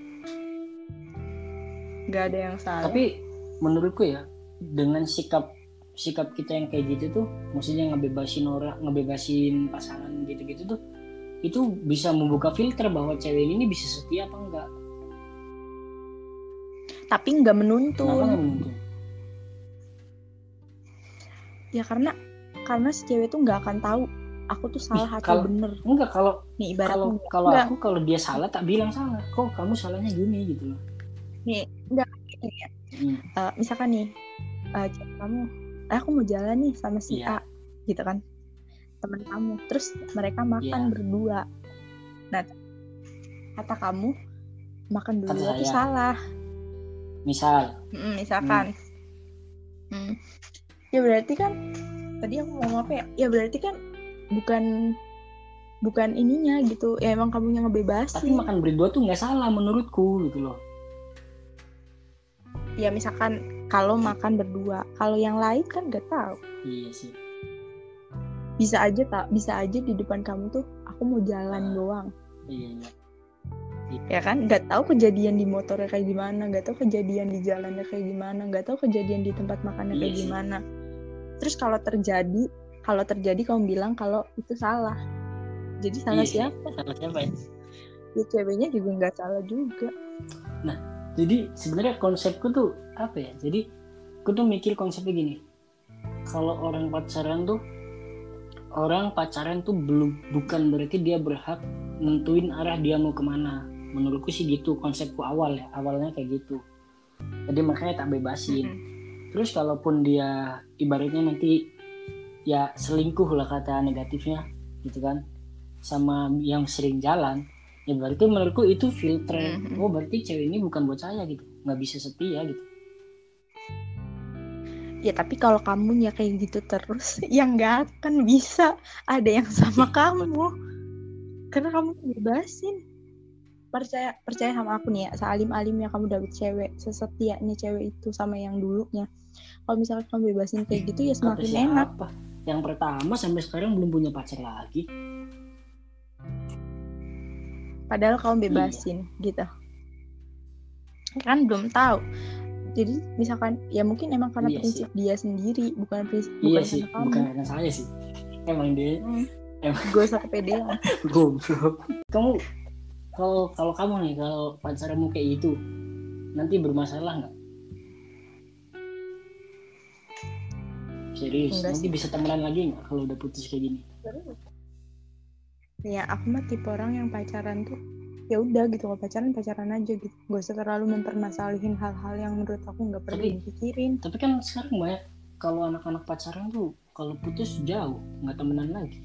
Gak ada yang salah. Tapi menurutku ya, dengan sikap kita yang kayak gitu tuh, maksudnya ngebebasin pasangan gitu-gitu tuh, itu bisa membuka filter bahwa cewek ini bisa setia apa enggak. Tapi nggak menuntun. Kenapa nggak menuntun? Ya karena si cewek tuh nggak akan tahu aku tuh salah atau bener. Enggak, kalau nih ibaratnya kalau dia salah tak bilang salah, kok kamu salahnya gini gitu loh. Nih enggak ya. Misalkan nih kamu aku mau jalan nih sama si A gitu kan, teman kamu, terus mereka makan berdua. Nah kata kamu makan berdua itu salah, misalkan ya berarti kan tadi aku ngomong apa ya? Ya berarti kan bukan ininya gitu. Ya emang kamu yang ngebebasin. Tapi makan berdua tuh nggak salah menurutku gitu loh. Ya misalkan kalau makan berdua, kalau yang lain kan nggak tahu. Iya sih. Bisa aja di depan kamu tuh aku mau jalan doang. Iya. Ya kan, nggak tahu kejadian di motornya kayak gimana, nggak tahu kejadian di jalannya kayak gimana, nggak tahu kejadian di tempat makannya kayak gimana. Terus kalau terjadi kamu bilang kalau itu salah, jadi salah siapa? Salah siapa ya? Ya ceweknya juga nggak salah juga. Nah, jadi sebenarnya konsepku tuh apa ya? Jadi aku tuh mikir konsepnya gini. Kalau orang pacaran tuh bukan berarti dia berhak nentuin arah dia mau kemana. Menurutku sih gitu konsepku awalnya kayak gitu. Jadi makanya tak bebasin. Terus kalaupun dia ibaratnya nanti ya selingkuh lah kata negatifnya gitu kan, sama yang sering jalan, ya berarti menurutku itu filter. Oh berarti cewek ini bukan buat saya gitu, nggak bisa setia gitu. Ya tapi kalau kamu ya kayak gitu terus, ya nggak akan bisa ada yang sama kamu, karena kamu bebasin. Percaya sama aku nih ya, sealim-alimnya kamu dapet cewek, sesetianya cewek itu sama yang dulunya. Kalau misalnya kamu bebasin kayak gitu ya semakin enak. Yang pertama sampai sekarang belum punya pacar lagi. Padahal kamu bebasin gitu. Kan belum tahu. Jadi misalkan ya mungkin emang karena prinsip dia sendiri, bukan karena kamu. Bukan karena saya sih. Emang dia. Gue usah kepedean. Goblok. Kalau kamu nih, kalau pacarmu kayak gitu, nanti bermasalah nggak? Serius, enggak nanti sih. Bisa temenan lagi nggak kalau udah putus kayak gini? Ya aku mah tipe orang yang pacaran tuh ya udah gitu, kalau pacaran aja gitu, gak usah terlalu mempermasalahin hal-hal yang menurut aku nggak perlu dipikirin. Tapi kan sekarang banyak kalau anak-anak pacaran tuh kalau putus jauh, nggak temenan lagi.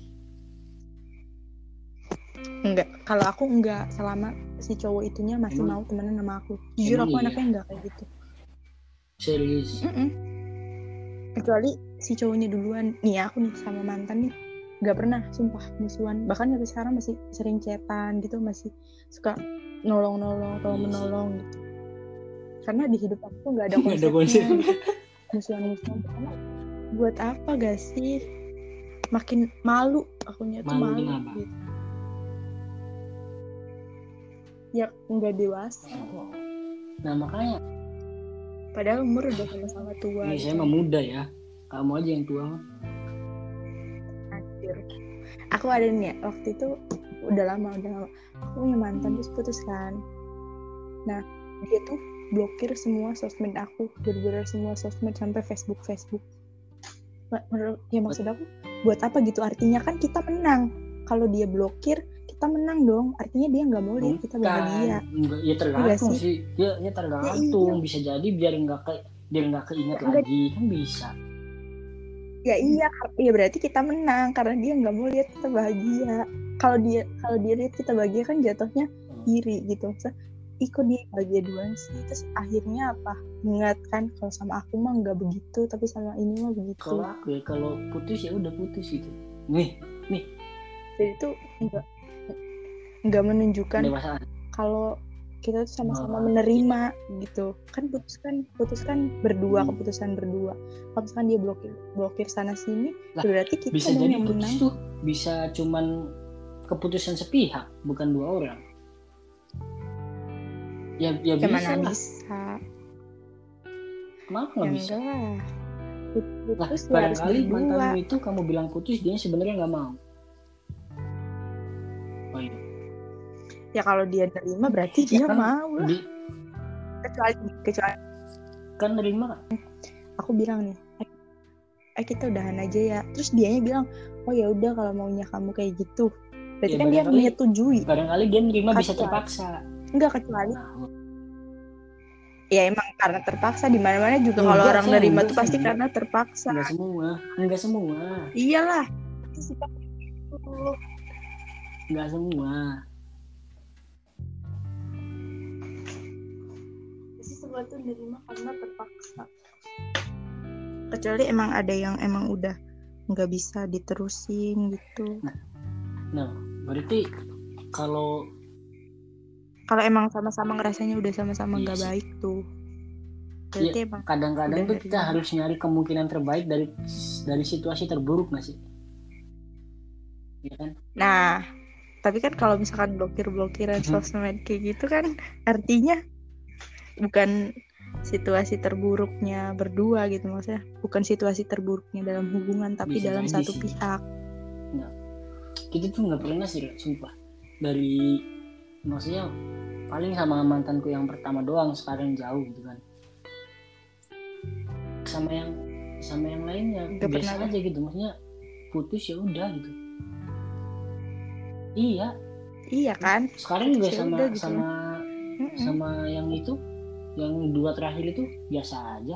Enggak, kalau aku enggak, selama si cowok itunya masih mau temenan sama aku. Jujur aku anaknya enggak kayak gitu. Serius? Kecuali si cowoknya duluan. Nih aku nih sama mantan nih nggak pernah, sumpah, musuhan. Bahkan sampai sekarang masih sering chatan gitu, masih suka nolong-nolong, tolong-menolong gitu. Karena di hidup aku tuh nggak ada konsepnya gitu. Musuhan-musuhan. Karena buat apa gak sih? Makin malu akunya tuh, malu gitu. Ya nggak dewasa. Nah makanya. Padahal umur udah sama-sama tua. Ini saya mah muda ya. Kamu aja yang tua mah. Anjir. Aku ada nih ya, waktu itu udah lama. Aku punya mantan terus putus kan. Nah dia tuh blokir semua sosmed aku, bener-bener semua sosmed sampai Facebook. Ya maksud aku, buat apa gitu? Artinya kan kita menang. Kalau dia blokir, kita menang dong. Artinya dia nggak mau lihat kita bahagia. Ya tergantung sih. Ya tergantung. Ya, bisa jadi biar nggak keinget lagi kan bisa. Ya iya, ya berarti kita menang karena dia nggak mau lihat kita bahagia. Kalau dia lihat kita bahagia kan jatuhnya iri gitu. Kok dia bahagia duluan sih? Terus akhirnya apa? Ingat kan kalau sama aku mah nggak begitu, tapi sama ini mah begitu. Kalau aku ya, kalau putus ya udah putus gitu. Nih. Jadi itu nggak menunjukkan dewasaan. Kalau kita tuh sama-sama menerima gitu. Kan putuskan berdua, keputusan berdua. Kalau misalkan dia blokir sana sini, berarti kita bisa jadi yang putus tuh bisa cuman keputusan sepihak, bukan dua orang. Ya bisa lah. Bisa. Kenapa nggak bisa? Putus barangkali mantanmu itu kamu bilang putus, dia sebenarnya nggak mau. Oh iya. Ya kalau dia nerima berarti dia kan mau lah. Kecuali kan nerima. Aku bilang nih, kita udahan aja ya. Terus dianya bilang, oh ya udah kalau maunya kamu kayak gitu. Berarti kan dia menyetujui. Barangkali dia nerima bisa terpaksa. Enggak, kecuali. Ya emang karena terpaksa, di mana-mana juga kalau orang nerima tuh pasti karena terpaksa. Enggak semua. Iyalah. Enggak semua. Semua tuh nerima karena terpaksa. Kecuali emang ada yang emang udah nggak bisa diterusin gitu. Nah, berarti kalau emang sama-sama ngerasanya udah sama-sama nggak baik tuh. Berarti ya, emang kadang-kadang tuh kita harus nyari kemungkinan terbaik dari situasi terburuk nggak sih? Ya kan? Nah, tapi kan kalau misalkan blokir-blokiran sosmed kayak gitu kan artinya bukan situasi terburuknya berdua gitu, maksudnya bukan situasi terburuknya dalam hubungan, tapi bisa dalam satu pihak. Nah, kita tuh nggak pernah sih, sumpah, dari maksudnya paling sama mantanku yang pertama doang, sekarang jauh gitu kan, sama yang lainnya gak biasa aja gitu, maksudnya putus ya udah gitu. Iya kan, sekarang juga sama yang itu, yang dua terakhir itu biasa aja.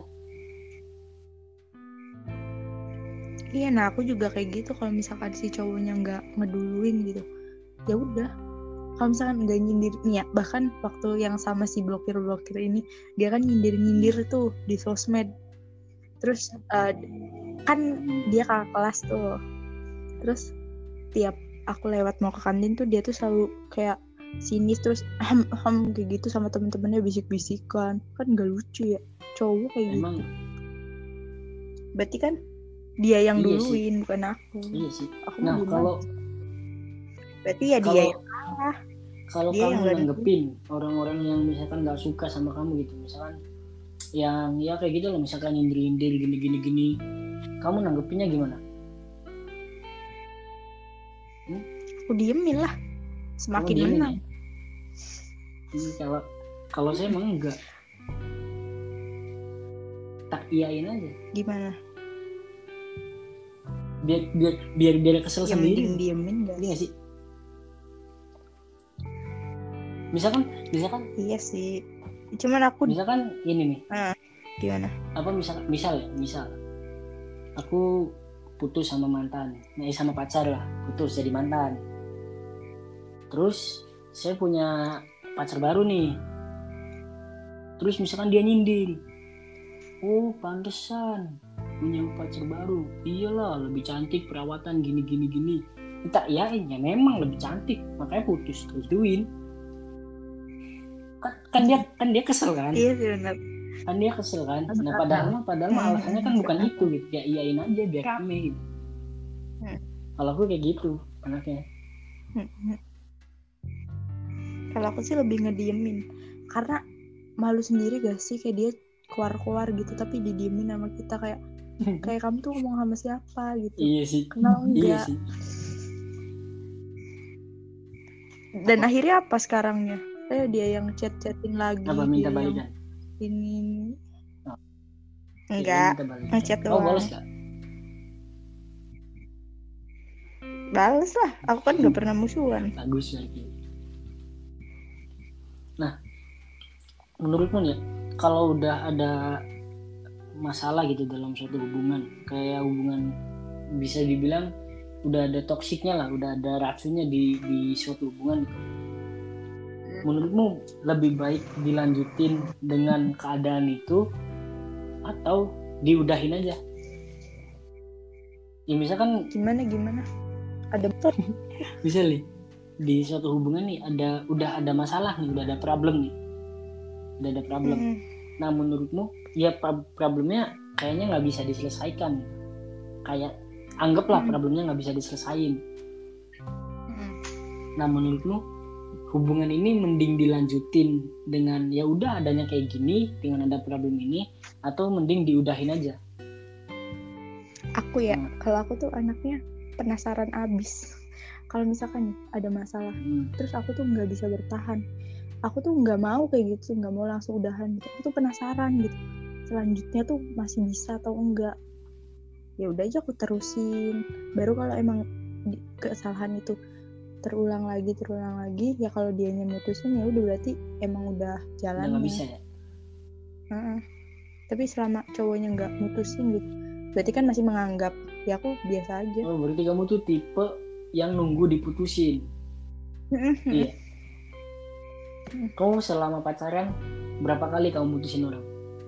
Iya, nah aku juga kayak gitu. Kalau misalkan si cowoknya nggak ngeduluin gitu, ya udah. Kalau misalkan nggak nyindir nih ya, bahkan waktu yang sama si blokir ini, dia kan nyindir tuh di sosmed. Terus kan dia kakak kelas tuh. Terus tiap aku lewat mau ke kantin tuh dia tuh selalu kayak sinis, terus kayak gitu sama temen-temennya, bisik-bisikan. Kan nggak lucu ya cowok kayak emang gitu. Berarti kan dia yang duluin, bukan aku. Iya sih. Aku nah kalau berarti ya dia yang kalah. Kalau kamu nanggepin orang-orang yang misalkan nggak suka sama kamu gitu, misalkan yang ya kayak gitu loh, misalkan nyindir gini, kamu nanggepinnya gimana? Aku diemin lah, semakin menang. Kalau saya emang enggak, tak iyain aja. Gimana? Biar kesel ya, sendiri. Diemin nggak sih? Misalkan iya sih, cuman aku misalkan ini nih, gimana? Apa misal aku putus sama mantan, sama pacar lah, putus jadi mantan. Terus saya punya pacar baru nih. Terus misalkan dia nyindir, oh pantesan punya pacar baru, iyalah lebih cantik, perawatan gini. Kita iyain ya memang lebih cantik, makanya putus. Terus duin. Kan dia kesel kan? Iya sih benar. Kan dia kesel kan. Nah padahal alasannya kan bukan itu gitu. Ya iyain aja biar rame gitu. Kalau aku kayak gitu anaknya. Kalau aku sih lebih ngediemin, karena malu sendiri gak sih kayak dia keluar gitu tapi didiemin sama kita, kayak kamu tuh ngomong sama siapa gitu. Iya sih. Kenal enggak? Iya sih. Dan akhirnya apa sekarangnya? Dia yang chat-chatin lagi. Apa minta balikan? Ini. Enggak. Ngechat doang. Balas gak? Balas lah. Aku kan gak pernah musuhan. Bagus lagi. Nah, menurutmu nih, kalau udah ada masalah gitu dalam suatu hubungan, kayak hubungan bisa dibilang udah ada toksiknya lah, udah ada racunnya di suatu hubungan gitu. Menurutmu lebih baik dilanjutin dengan keadaan itu atau diudahin aja? Ya misalkan gimana? Ada betul. Bisa nih di suatu hubungan nih udah ada masalah nih, udah ada problem. Nah menurutmu ya problemnya kayaknya nggak bisa diselesaikan, kayak anggaplah problemnya nggak bisa diselesain. Nah menurutmu hubungan ini mending dilanjutin dengan ya udah adanya kayak gini dengan ada problem ini, atau mending diudahin aja? Aku ya kalau aku tuh anaknya penasaran abis. Kalau misalkan ada masalah, terus aku tuh nggak bisa bertahan, aku tuh nggak mau kayak gitu, nggak mau langsung udahan gitu. Aku tuh penasaran gitu, selanjutnya tuh masih bisa atau enggak. Ya udah aja aku terusin. Baru kalau emang kesalahan itu terulang lagi, ya kalau dianya mutusin ya udah berarti emang udah jalannya. Nggak bisa ya. Tapi selama cowoknya nggak mutusin gitu, berarti kan masih menganggap ya aku biasa aja. Oh berarti kamu tuh tipe yang nunggu diputusin. Iya. Kamu selama pacaran berapa kali kamu mutusin orang?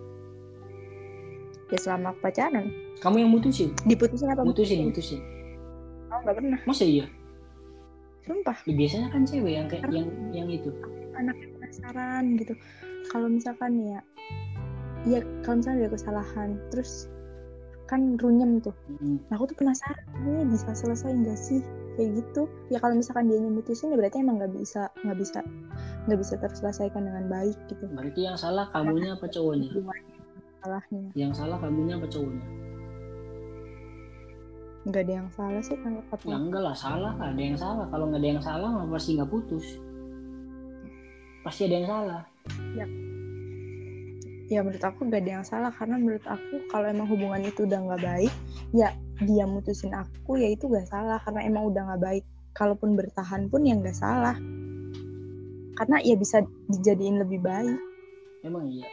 Ya selama pacaran. Kamu yang mutusin? Diputusin apa? Mutusin. Oh nggak pernah. Masa iya? Sumpah. Ya, biasanya kan cewek yang kayak yang itu. Anaknya penasaran gitu. Kalau misalkan ya kalau misalkan ada kesalahan, terus kan runyem tuh. Nah, aku tuh penasaran ini bisa selesai nggak sih kayak gitu. Ya kalau misalkan dia mutusin ya berarti emang nggak bisa terselesaikan dengan baik gitu. Berarti yang salah kamunya apa cowoknya? Salahnya. Yang salah kamunya apa cowoknya? Nggak ada yang salah sih kan? Ya enggak lah, salah, ada yang salah. Kalau nggak ada yang salah mah pasti nggak putus. Pasti ada yang salah. Ya menurut aku gak ada yang salah, karena menurut aku kalau emang hubungan itu udah gak baik, ya dia mutusin aku ya itu gak salah, karena emang udah gak baik. Kalaupun bertahan pun ya gak salah, karena ya bisa dijadiin lebih baik. Emang iya.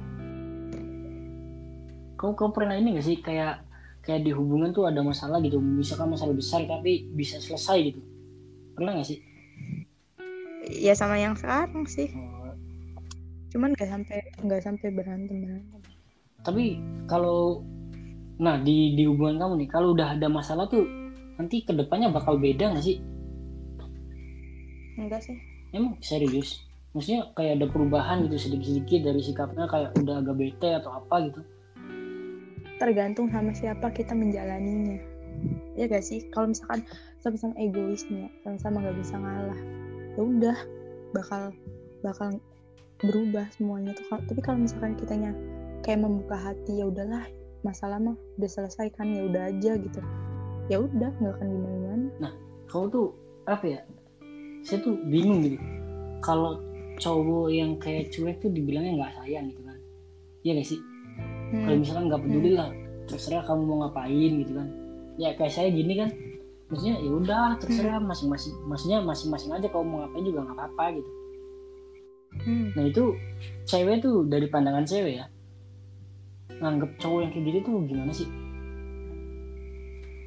Kau pernah ini gak sih kayak di hubungan tuh ada masalah gitu, misalkan masalah besar tapi bisa selesai gitu, pernah gak sih? Ya sama yang sekarang sih. Cuman nggak sampai berantem. Tapi kalau di hubungan kamu nih, kalau udah ada masalah tuh nanti kedepannya bakal beda nggak sih? Enggak sih. Emang serius? Maksudnya kayak ada perubahan gitu sedikit-sedikit dari sikapnya, kayak udah agak bete atau apa gitu? Tergantung sama siapa kita menjalaninya. Ya gak sih? Kalau misalkan sama-sama egois nih, sama-sama nggak bisa ngalah, ya udah bakal berubah semuanya tuh. Tapi kalau misalkan kitanya kayak membuka hati, ya udahlah, masalah mah udah selesai kan, ya udah aja gitu, ya udah nggak akan gimana. Nah kau tuh apa ya, saya tuh bingung gitu kalau cowok yang kayak cuek tuh dibilangnya nggak sayang gitu kan, iya gak sih? Kalau misalkan nggak peduli lah, terserah kamu mau ngapain gitu kan, ya kayak saya gini kan, maksudnya ya udah terserah masing-masing aja, kamu mau ngapain juga nggak apa-apa gitu. Nah itu cewek tuh dari pandangan cewek ya, nganggep cowok yang kayak gitu tuh gimana sih?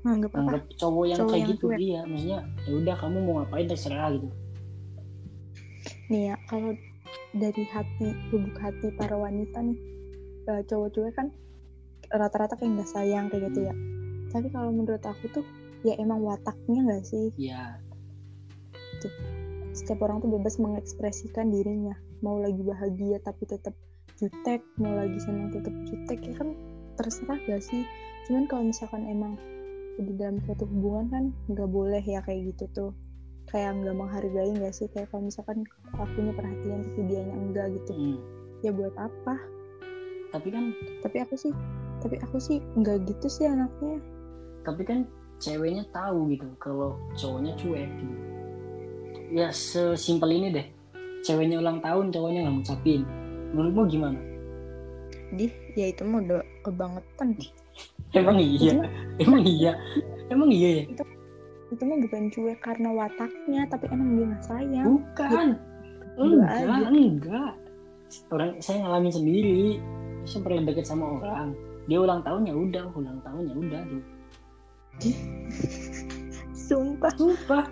Anggap cowok yang kayak gitu cuek. dia, maksudnya ya udah kamu mau ngapain terserah gitu. Nih ya, kalau dari lubuk hati para wanita nih, cowok cuek kan rata-rata kayak nggak sayang kayak gitu ya. Tapi kalau menurut aku tuh ya emang wataknya nggak sih? Iya. Tuh, setiap orang tuh bebas mengekspresikan dirinya. Mau lagi bahagia tapi tetap jutek, mau lagi senang tetap jutek, ya kan terserah gak sih? Cuman kalau misalkan emang di dalam suatu hubungan kan nggak boleh ya kayak gitu tuh, kayak nggak menghargai nggak sih, kayak kalau misalkan akunya perhatian tapi dianya enggak gitu, ya buat apa? Tapi aku sih nggak gitu sih anaknya. Tapi kan ceweknya tahu gitu kalau cowoknya cuek gitu. Ya sesimpel ini deh, ceweknya ulang tahun cowoknya nggak ngucapin, menurutmu gimana? Ya itu mah udah kebangetan. Emang iya ya. Itu mah bukan cuek karena wataknya, tapi emang dia nggak sayang. Bukan. Enggak. Orang saya ngalamin sendiri. Saya pernah deket sama orang. Dia ulang tahun ya udah gitu. Sumpah.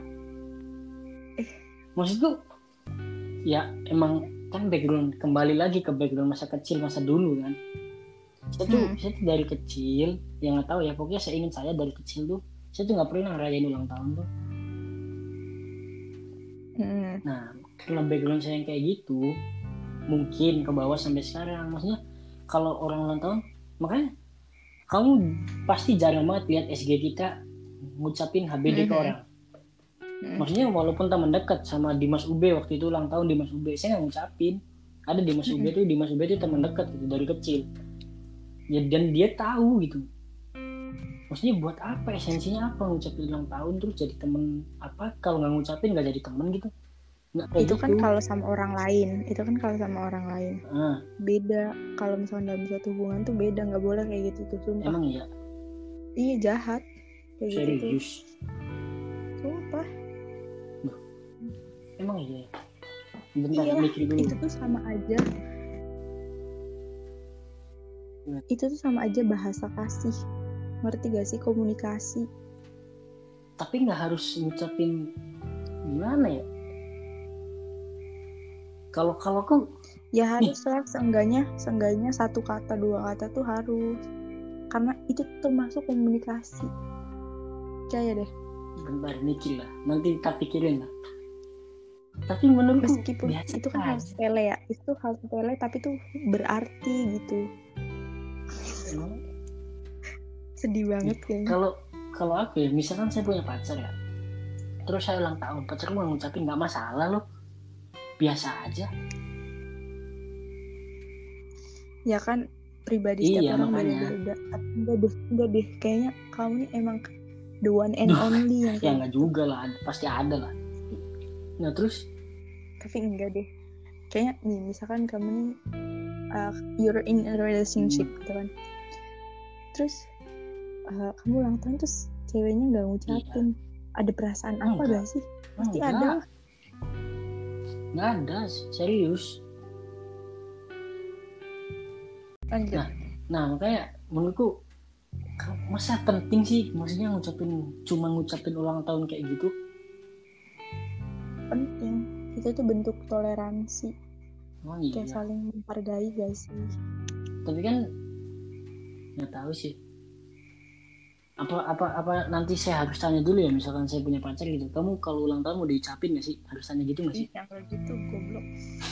Maksudku ya emang kan background, kembali lagi ke background masa kecil, masa dulu kan. Saya tuh dari kecil, yang nggak tahu ya, pokoknya saya dari kecil tuh saya tuh nggak pernah ngerayain ulang tahun tuh. Nah, karena background saya yang kayak gitu, mungkin ke bawah sampai sekarang. Maksudnya kalau orang ulang tahun, makanya kamu pasti jarang banget lihat SG kita ngucapin HBD ke orang. Maksudnya walaupun teman dekat sama Dimas Ube, waktu itu ulang tahun Dimas Ube, saya nggak ngucapin. Ada Dimas Ube tuh teman dekat gitu dari kecil. Ya, dan dia tahu gitu. Maksudnya buat apa, esensinya apa ngucapin ulang tahun terus jadi temen, apa kalau nggak ngucapin nggak jadi temen gitu. Itu kan kalau sama orang lain, beda. Kalau misalnya dalam suatu hubungan tuh beda, nggak boleh kayak gitu tuh, sumpah. Emang iya? Iya, jahat kayak serius gitu tuh. Sumpah. Emang iya? Bentar, iyalah, mikir dulu. Itu tuh sama aja bahasa kasih, ngerti gak sih, komunikasi. Tapi nggak harus ngucapin gimana ya? Kalau aku ya harus lah, seenggaknya 1 kata 2 kata tuh harus, karena itu termasuk komunikasi. Percaya deh. Bentar, mikir lah, nanti tak pikirin lah. Tapi menurutku meskipun itu kan hal sepele ya, itu hal sepele tapi tuh berarti gitu. Sedih banget kayaknya. Kalau aku ya, misalkan saya punya pacar ya, terus saya ulang tahun, pacarku mau ngucapin nggak masalah loh, biasa aja. Ya kan pribadi setiap orang beda-beda. Enggak deh, kayaknya kamu nih emang the one and only yang ya nggak juga lah, pasti ada lah. Nah terus? Tapi enggak deh, kayaknya nih misalkan kamu nih you're in a relationship gitu kan, terus kamu ulang tahun terus ceweknya nggak ngucapin, ada perasaan apa gak sih? Pasti ada. Nggak ada, serius. Nah makanya menurutku masa penting sih, maksudnya cuma ngucapin ulang tahun kayak gitu? Penting, itu tuh bentuk toleransi. Iya. Kayak saling menghargai gak sih? Tapi kan nggak tahu sih. Apa nanti saya harus tanya dulu ya, misalkan saya punya pacar gitu, kamu kalau ulang tahun mau diucapin nggak sih? Harus tanya gitu nggak sih? Jangan gitu, goblok.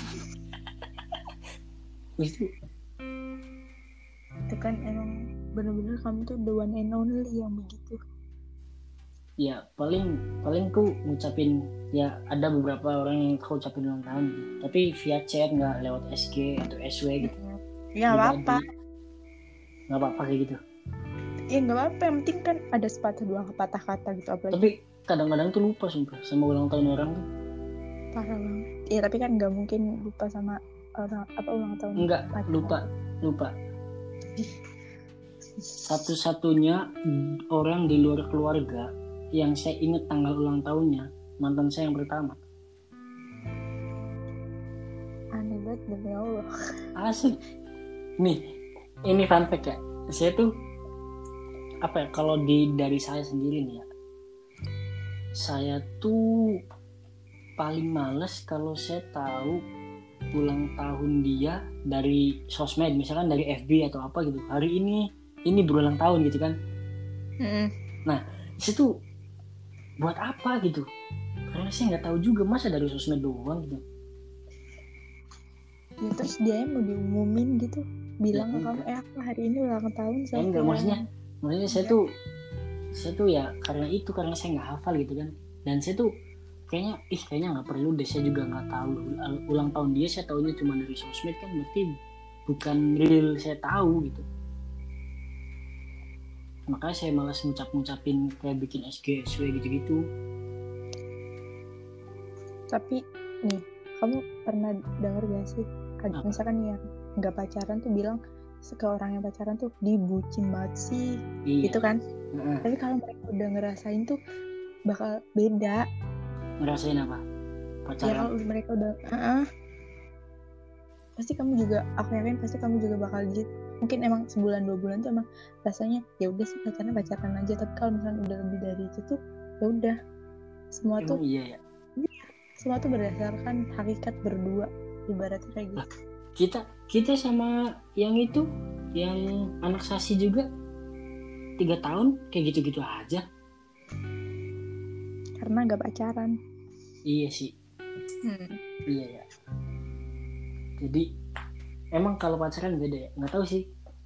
Itu kan emang bener-bener kamu tuh the one and only yang begitu. Ya paling ku ngucapin, ya ada beberapa orang yang aku ucapin ulang tahun gitu, tapi via chat, nggak lewat SG atau SW gitu. Ya nggak apa-apa kayak gitu. Ya nggak apa-apa, yang penting kan ada sepatah dua patah kata gitu. Apalagi tapi kadang-kadang tuh lupa sumpah sama ulang tahun orang tuh. Parah banget. Ya tapi kan nggak mungkin lupa sama orang ulang tahun. Enggak, lupa. Satu-satunya orang di luar keluarga yang saya ingat tanggal ulang tahunnya mantan saya yang pertama. Aneh banget demi Allah. Asik. Nih, ini fun fact ya. Saya tuh apa ya, kalau dari saya sendiri nih ya, saya tuh paling males kalau saya tahu ulang tahun dia dari sosmed, misalkan dari FB atau apa gitu, hari ini berulang tahun gitu kan. Nah saya tuh buat apa gitu, karena saya nggak tahu juga, masa dari sosmed doang gitu. Ya terus dia mau diumumin gitu, bilang ke kamu aku hari ini ulang tahun saya. Enggak, maksudnya saya tuh ya karena saya nggak hafal gitu kan, dan saya tuh kayaknya nggak perlu deh, saya juga nggak tahu ulang tahun dia, saya tahunya cuma dari sosmed kan, berarti bukan real saya tahu gitu. Makanya saya malas ngucapin kayak bikin SG SW gitu-gitu. Tapi nih, kamu pernah dengar gak sih misalkan yang nggak pacaran tuh bilang ke orang yang pacaran tuh dibucin banget sih, gitu kan? Tapi kalau mereka udah ngerasain tuh bakal beda. Ngerasain apa? Pacaran? Ya kalau mereka udah pasti kamu juga, aku yakin pasti kamu juga bakal gitu. Mungkin emang sebulan 2 bulan tuh emang rasanya ya udah sih pacaran aja, tapi kalau misalnya udah lebih dari itu tuh ya udah semua emang tuh iya ya? Semua tuh berdasarkan hakikat berdua, ibaratnya kayak gitu. Kita sama yang itu, yang anak Sasi juga 3 tahun kayak gitu-gitu aja. Karena gak pacaran. Iya sih. Iya ya. Jadi emang kalau pacaran beda ya? Nggak tahu sih.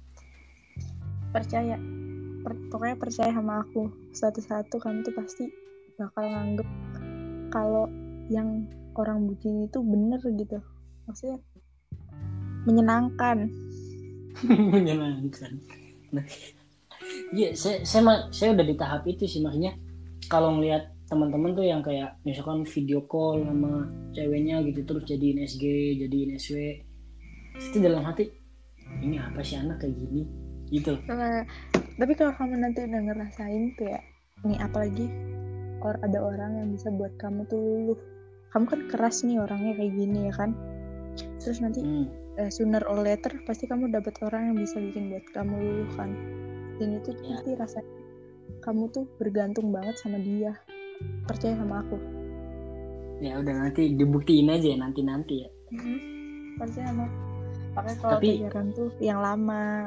Pokoknya percaya sama aku. Satu-satu kamu tuh pasti bakal nganggep kalau yang orang bucin itu bener gitu. Maksudnya menyenangkan. Menyenangkan. Nah, iya, saya udah di tahap itu sih, maksudnya kalau ngelihat teman-teman tuh yang kayak misalkan video call sama ceweknya gitu terus jadiin SG, jadiin SW, itu dalam hati ini apa sih anak kayak gini gitu. Tapi kalau kamu nanti udah ngerasain tuh ya, nih apalagi ada orang yang bisa buat kamu tuh luluh. Kamu kan keras nih orangnya kayak gini ya kan, terus nanti sooner or later pasti kamu dapet orang yang bisa bikin buat kamu luluh kan, dan itu pasti rasanya kamu tuh bergantung banget sama dia. Percaya sama aku. Ya udah, nanti dibuktiin aja ya, nanti ya. Percaya sama aku. Pakai kalau pacaran tuh yang lama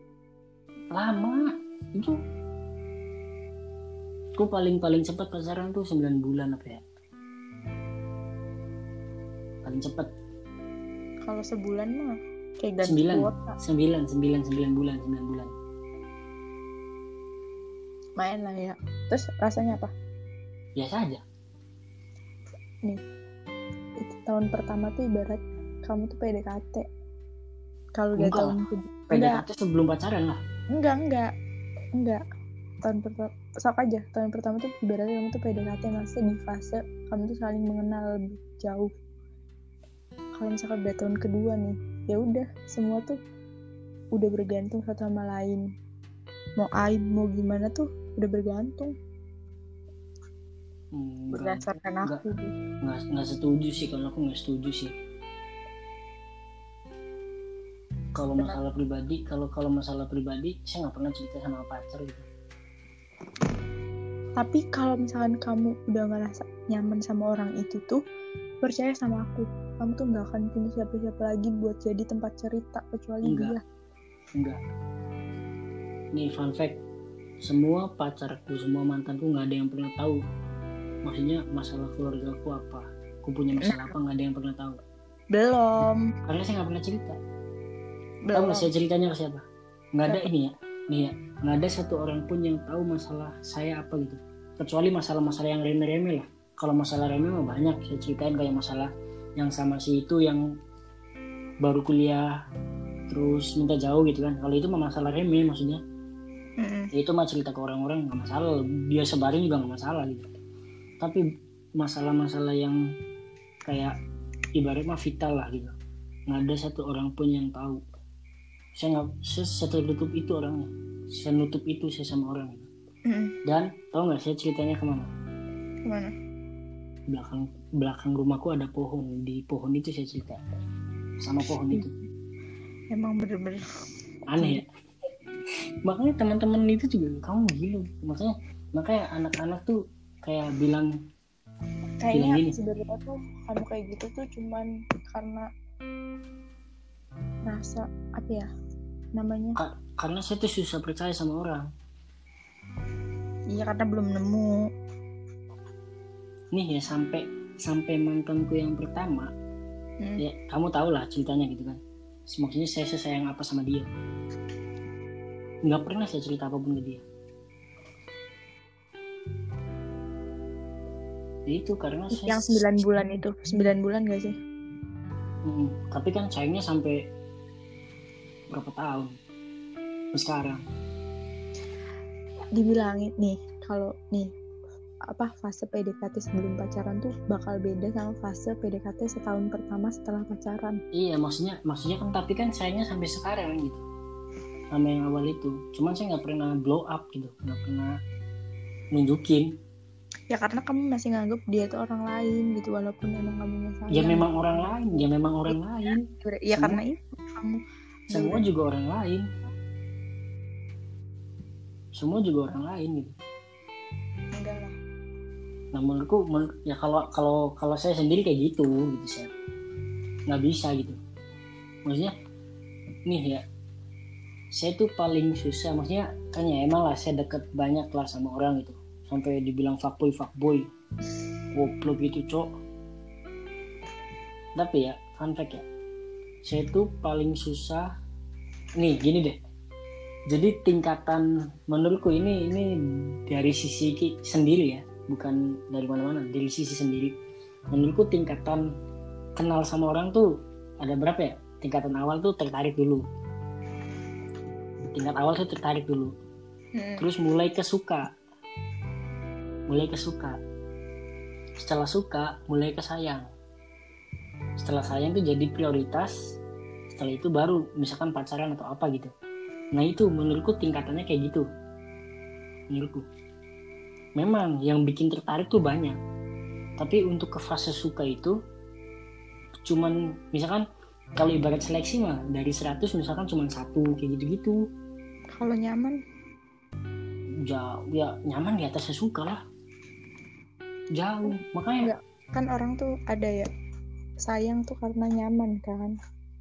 itu aku paling cepat pacaran tuh 9 bulan apa ya, paling cepat. Kalau sebulan mah kayak ganti 9 kuota. 9 bulan. Main lah ya. Terus rasanya apa? Biasa aja. Nih, itu tahun pertama tuh ibarat kamu tuh PDKT. Kalau udah tahun PDKT sebelum pacaran lah. Enggak. Tahun pertama, sok aja. Tahun pertama tuh ibaratnya kamu tuh PDKT, masih di fase kamu tuh saling mengenal lebih jauh. Kalau misalkan udah tahun kedua nih, ya udah semua tuh udah bergantung satu sama lain. Mau aib mau gimana tuh udah bergantung. Berdasarkan aku nggak setuju sih, kalau aku nggak setuju sih. Kalau masalah pribadi saya nggak pernah cerita sama pacar gitu. Tapi kalau misalkan kamu udah ngerasa nyaman sama orang itu tuh, percaya sama aku, kamu tuh nggak akan punya siapa-siapa lagi buat jadi tempat cerita kecuali dia. Enggak. Nih fun fact, semua pacarku, semua mantanku nggak ada yang pernah tahu maksudnya masalah keluarga aku apa, aku punya masalah apa, nggak ada yang pernah tahu. Belum. Karena saya nggak pernah cerita. Tahu nggak saya ceritanya ke siapa? Nggak ada ini ya. Nih ya, nggak ada satu orang pun yang tahu masalah saya apa gitu. Kecuali masalah-masalah yang remeh-remeh lah. Kalau masalah remeh mah banyak saya ceritain, kayak masalah yang sama si itu yang baru kuliah terus minta jauh gitu kan. Kalau itu mah masalah remeh maksudnya. Ya itu mah cerita ke orang-orang nggak masalah, dia sebarin juga nggak masalah gitu. Tapi masalah-masalah yang kayak ibaratnya vital lah gitu, nggak ada satu orang pun yang tahu. Saya setertutup itu orangnya, saya nutup itu saya sama orang gitu. Dan tahu nggak saya ceritanya kemana? Belakang rumahku ada pohon, di pohon itu saya cerita sama pohon itu. Emang bener-bener aneh ya. makanya teman-teman itu juga kamu gila, makanya anak-anak tuh kayak bilang kayaknya sebenarnya tuh kamu kayak gitu tuh cuman karena rasa apa ya namanya, karena saya tuh susah percaya sama orang. Iya, karena belum nemu nih ya, sampai mantanku yang pertama, ya kamu tahu lah ceritanya gitu kan, maksudnya saya sayang apa sama dia, nggak pernah saya cerita apapun ke dia. Itu karena yang 9 bulan itu 9 bulan gak sih? Tapi kan sayangnya sampai berapa tahun sekarang. Dibilangin nih kalau nih apa fase PDKT sebelum pacaran tuh bakal beda sama fase PDKT setahun pertama setelah pacaran. Iya, maksudnya kan, tapi kan sayangnya sampai sekarang gitu sama yang awal itu. Cuman saya nggak pernah blow up gitu, nggak pernah nunjukin. Ya karena kamu masih nganggep dia tuh orang lain gitu, walaupun emang kamu sayang. Ya memang orang lain. Ya karena itu kamu semua juga orang lain. Semua juga orang lain gitu. Enggak lah. Nah menurutku ya kalau saya sendiri kayak gitu saya nggak bisa gitu. Maksudnya nih ya, saya tuh paling susah, maksudnya kan ya emang lah saya deket banyak lah sama orang gitu, sampai dibilang fuckboy goblok gitu cok. Tapi ya fun fact ya, saya tuh paling susah nih gini deh. Jadi tingkatan menurutku ini dari sisi sendiri ya, bukan dari mana-mana, dari sisi sendiri. Menurutku tingkatan kenal sama orang tuh ada berapa ya? Tingkatan awal tuh tertarik dulu. Terus mulai ke suka. Setelah suka mulai ke sayang. Setelah sayang tuh jadi prioritas. Setelah itu baru misalkan pacaran atau apa gitu. Nah itu menurutku tingkatannya kayak gitu. Menurutku memang yang bikin tertarik tuh banyak, tapi untuk ke fase suka itu cuman misalkan kalau ibarat seleksi mah dari 100 misalkan cuman 1 kayak gitu-gitu. Kalau nyaman ya nyaman di atas suka lah, jauh. Makanya enggak, kan orang tuh ada ya sayang tuh karena nyaman kan.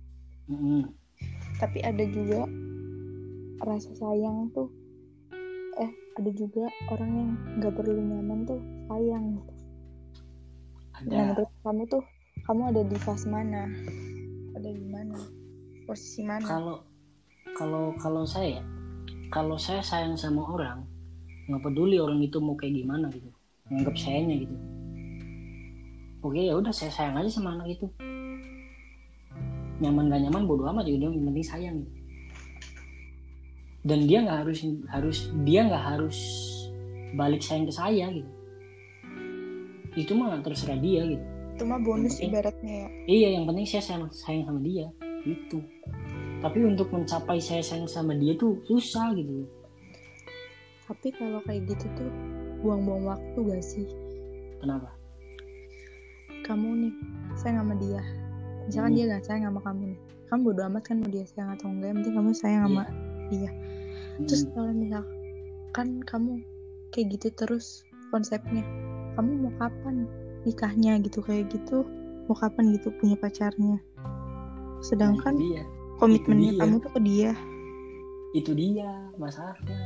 Tapi ada juga rasa sayang tuh ada juga orang yang nggak perlu nyaman tuh sayang. Nah menurut kamu tuh kamu ada di fase mana, ada di mana, posisi mana? Kalau saya sayang sama orang, nggak peduli orang itu mau kayak gimana gitu, nganggap sayangnya gitu. Oke ya udah, saya sayang aja sama anak itu, nyaman gak nyaman bodo amat juga, yang penting sayang gitu. Dan dia nggak harus balik sayang ke saya gitu. Itu mah terserah dia gitu. Itu mah bonus ibaratnya ya. Iya, yang penting saya sayang sama dia gitu. Tapi untuk mencapai saya sayang sama dia tuh susah gitu. Tapi kalau kayak gitu tuh buang-buang waktu gak sih? Kenapa? Kamu nih sayang sama dia, misalkan dia gak sayang sama kamu nih, kamu bodo amat kan mau dia sayang atau enggak, yang penting kamu sayang sama dia. Terus kalau misalkan kamu kayak gitu terus konsepnya, kamu mau kapan nikahnya gitu, kayak gitu mau kapan gitu punya pacarnya, sedangkan komitmennya kamu tuh ke dia. Itu dia masalahnya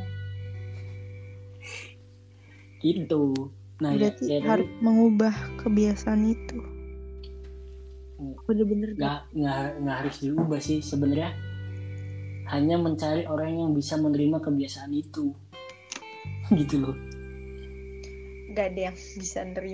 gitu. Nah berarti harus mengubah kebiasaan itu. Bener-bener nggak harus diubah sih sebenarnya, hanya mencari orang yang bisa menerima kebiasaan itu gitu loh. Gak ada yang bisa nerima.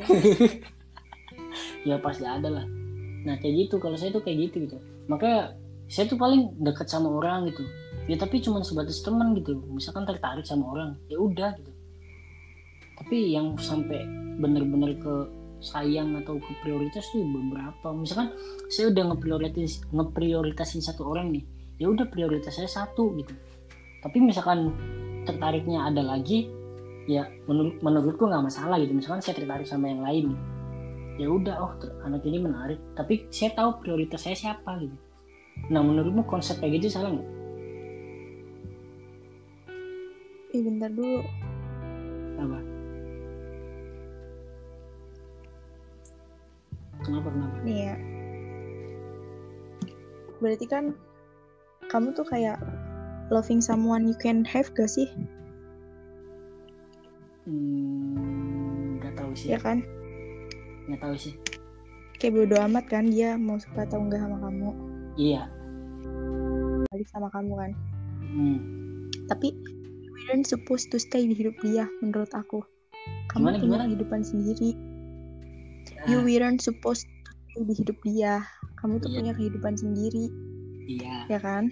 Ya pasti ada lah. Nah kayak gitu, kalau saya tuh kayak gitu. Makanya saya tuh paling dekat sama orang gitu ya, tapi cuma sebatas teman gitu. Misalkan tertarik sama orang ya udah gitu, tapi yang sampai bener-bener ke sayang atau ke prioritas tuh beberapa. Misalkan saya udah ngeprioritasin satu orang nih, ya udah prioritas saya satu gitu. Tapi misalkan tertariknya ada lagi, ya menurutku nggak masalah gitu. Misalkan saya tertarik sama yang lain, ya udah, anak ini menarik, tapi saya tahu prioritas saya siapa gitu. Nah menurutmu konsep kayak gitu salah nggak? Bentar dulu. Apa? Kenapa? Nih ya. Berarti kan kamu tuh kayak loving someone you can have gak sih? Gak tahu sih. Ya kan? Gak tahu sih. Kayak bodo amat kan dia mau suka atau enggak sama kamu. Iya. Balik sama kamu kan. Tapi you weren't supposed to stay di hidup dia menurut aku. Kamu punya kehidupan sendiri. You weren't supposed to stay di hidup dia. Kamu tuh punya kehidupan sendiri. Iya. Ya kan?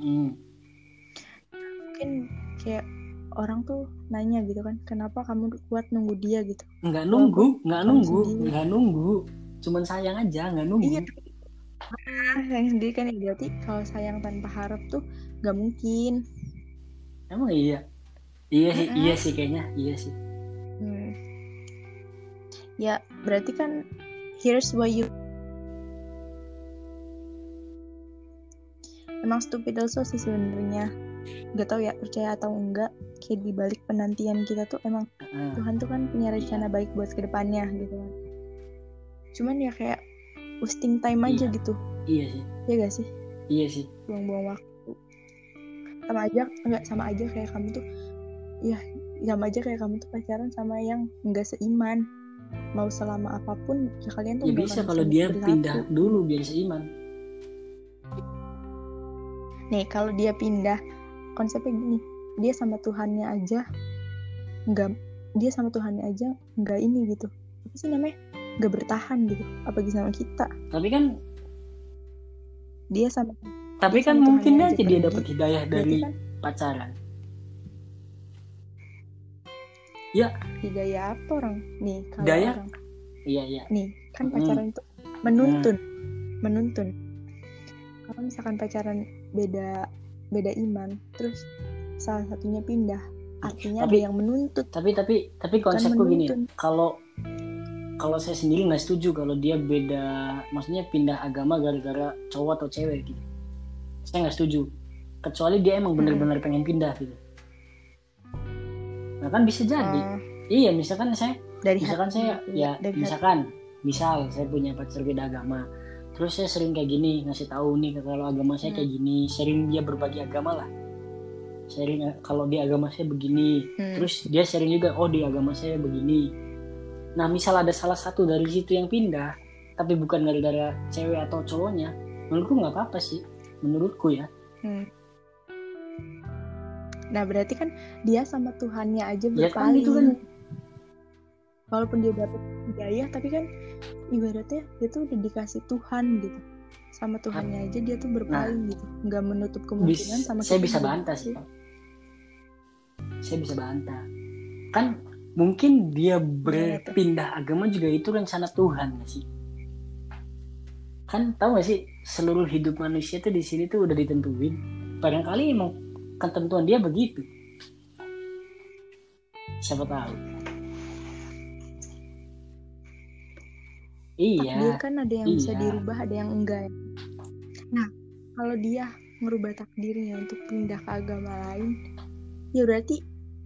Mungkin kayak orang tuh nanya gitu kan, kenapa kamu kuat nunggu dia gitu? Nggak nunggu. Cuman sayang aja, nggak nunggu. Iya. Sayang sendiri kan, ya berarti kalau sayang tanpa harap tuh nggak mungkin. Emang iya? Iya sih kayaknya, iya sih. Ya berarti kan here's why you emang stupid also sih sebenarnya. Gak tau ya percaya atau enggak, kayak di balik penantian kita tuh emang Tuhan tuh kan punya rencana baik buat kedepannya gitu kan. Cuman ya kayak wasting time aja gitu. Iya sih. Iya gak sih? Iya sih. Buang-buang waktu. Sama aja kayak kamu tuh, ya sama aja kayak kamu tuh pacaran sama yang enggak seiman. Mau selama apapun ya kalian tuh ya bisa kalau dia pindah dulu biar seiman. Nih kalau dia pindah, konsepnya gini, dia sama Tuhannya aja nggak ini gitu, apa sih namanya, nggak bertahan gitu, apalagi sama kita. Tapi kan mungkin aja dia dapat hidayah dari kan, pacaran. Ya. Hidayah apa orang? Nih kalau hidayah? Orang. Iya. Nih kan pacaran itu menuntun. Kalau misalkan pacaran beda iman, terus salah satunya pindah, artinya ada yang menuntut. Tapi konsepku gini, kalau saya sendiri nggak setuju kalau dia beda, maksudnya pindah agama gara-gara cowok atau cewek gitu. Saya nggak setuju, kecuali dia emang benar-benar pengen pindah gitu. Nah kan bisa jadi, iya misalkan saya misal saya punya pacar beda agama, terus saya sering kayak gini ngasih tahu nih kalau agama saya kayak gini, sering dia berbagi agama lah, sharing kalau di agama saya begini, terus dia sharing juga di agama saya begini. Nah misal ada salah satu dari situ yang pindah, tapi bukan gara-gara cewek atau cowoknya, menurutku nggak apa-apa sih, menurutku ya. Nah berarti kan dia sama Tuhannya aja berpaling. Ya kan itu kan. Walaupun dia dapat hidayah, tapi kan ibaratnya dia tuh udah dikasih Tuhan gitu. Sama Tuhannya aja dia tuh berpaling gitu, nggak menutup kemungkinan sama kita. Saya bisa bantah sih. Saya bisa bantah. Kan mungkin dia berpindah agama juga itu rencana Tuhan nggak sih? Kan tahu nggak sih, seluruh hidup manusia tuh di sini tuh udah ditentuin. Barangkali emang ketentuan dia begitu. Siapa tahu. Iya. Takdir kan ada yang bisa dirubah, ada yang enggak. Nah, kalau dia merubah takdirnya untuk pindah ke agama lain, ya berarti,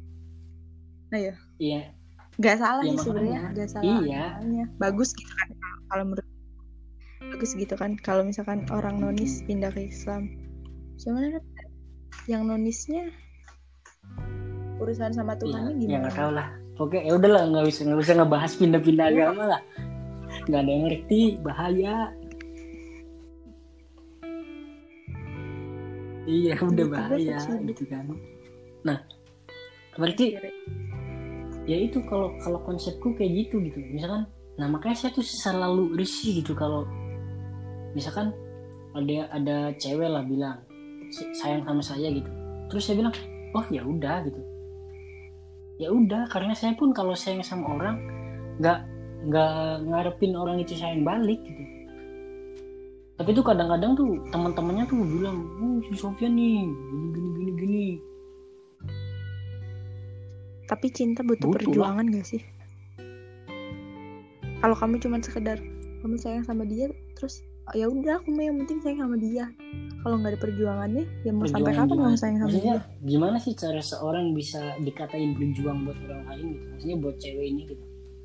iya. Gak salah sih sebenarnya, gak salah. Iya. Bagus gitu kan, kalau menurut bagus gitu kan, kalau misalkan orang nonis pindah ke Islam. Cuman yang nonisnya urusan sama Tuhannya gimana? Ya nggak tahu lah. Oke, ya udahlah, nggak usah ngebahas pindah-pindah agama lah. Nggak ada yang ngerti, bahaya. Iya, udah bahaya gitu kan. Nah, berarti ya itu kalau konsepku kayak gitu. Misalkan, nah makanya saya tuh selalu risih gitu kalau misalkan ada cewek lah bilang sayang sama saya gitu. Terus saya bilang, oh ya udah gitu. Ya udah, karena saya pun kalau sayang sama orang nggak ngarepin orang itu sayang balik gitu. Tapi tuh kadang-kadang tuh teman-temannya tuh bilang, si Sofyan nih gini. Tapi cinta butuh perjuangan gak sih? Kalau kamu cuma sekedar kamu sayang sama dia terus ya udah aku mah yang penting sayang sama dia. Kalau nggak ada perjuangannya ya mau sampai kapan kamu sayang sama maksudnya, dia? Gimana sih cara seorang bisa dikatain berjuang buat orang lain gitu, maksudnya buat cewek ini gitu?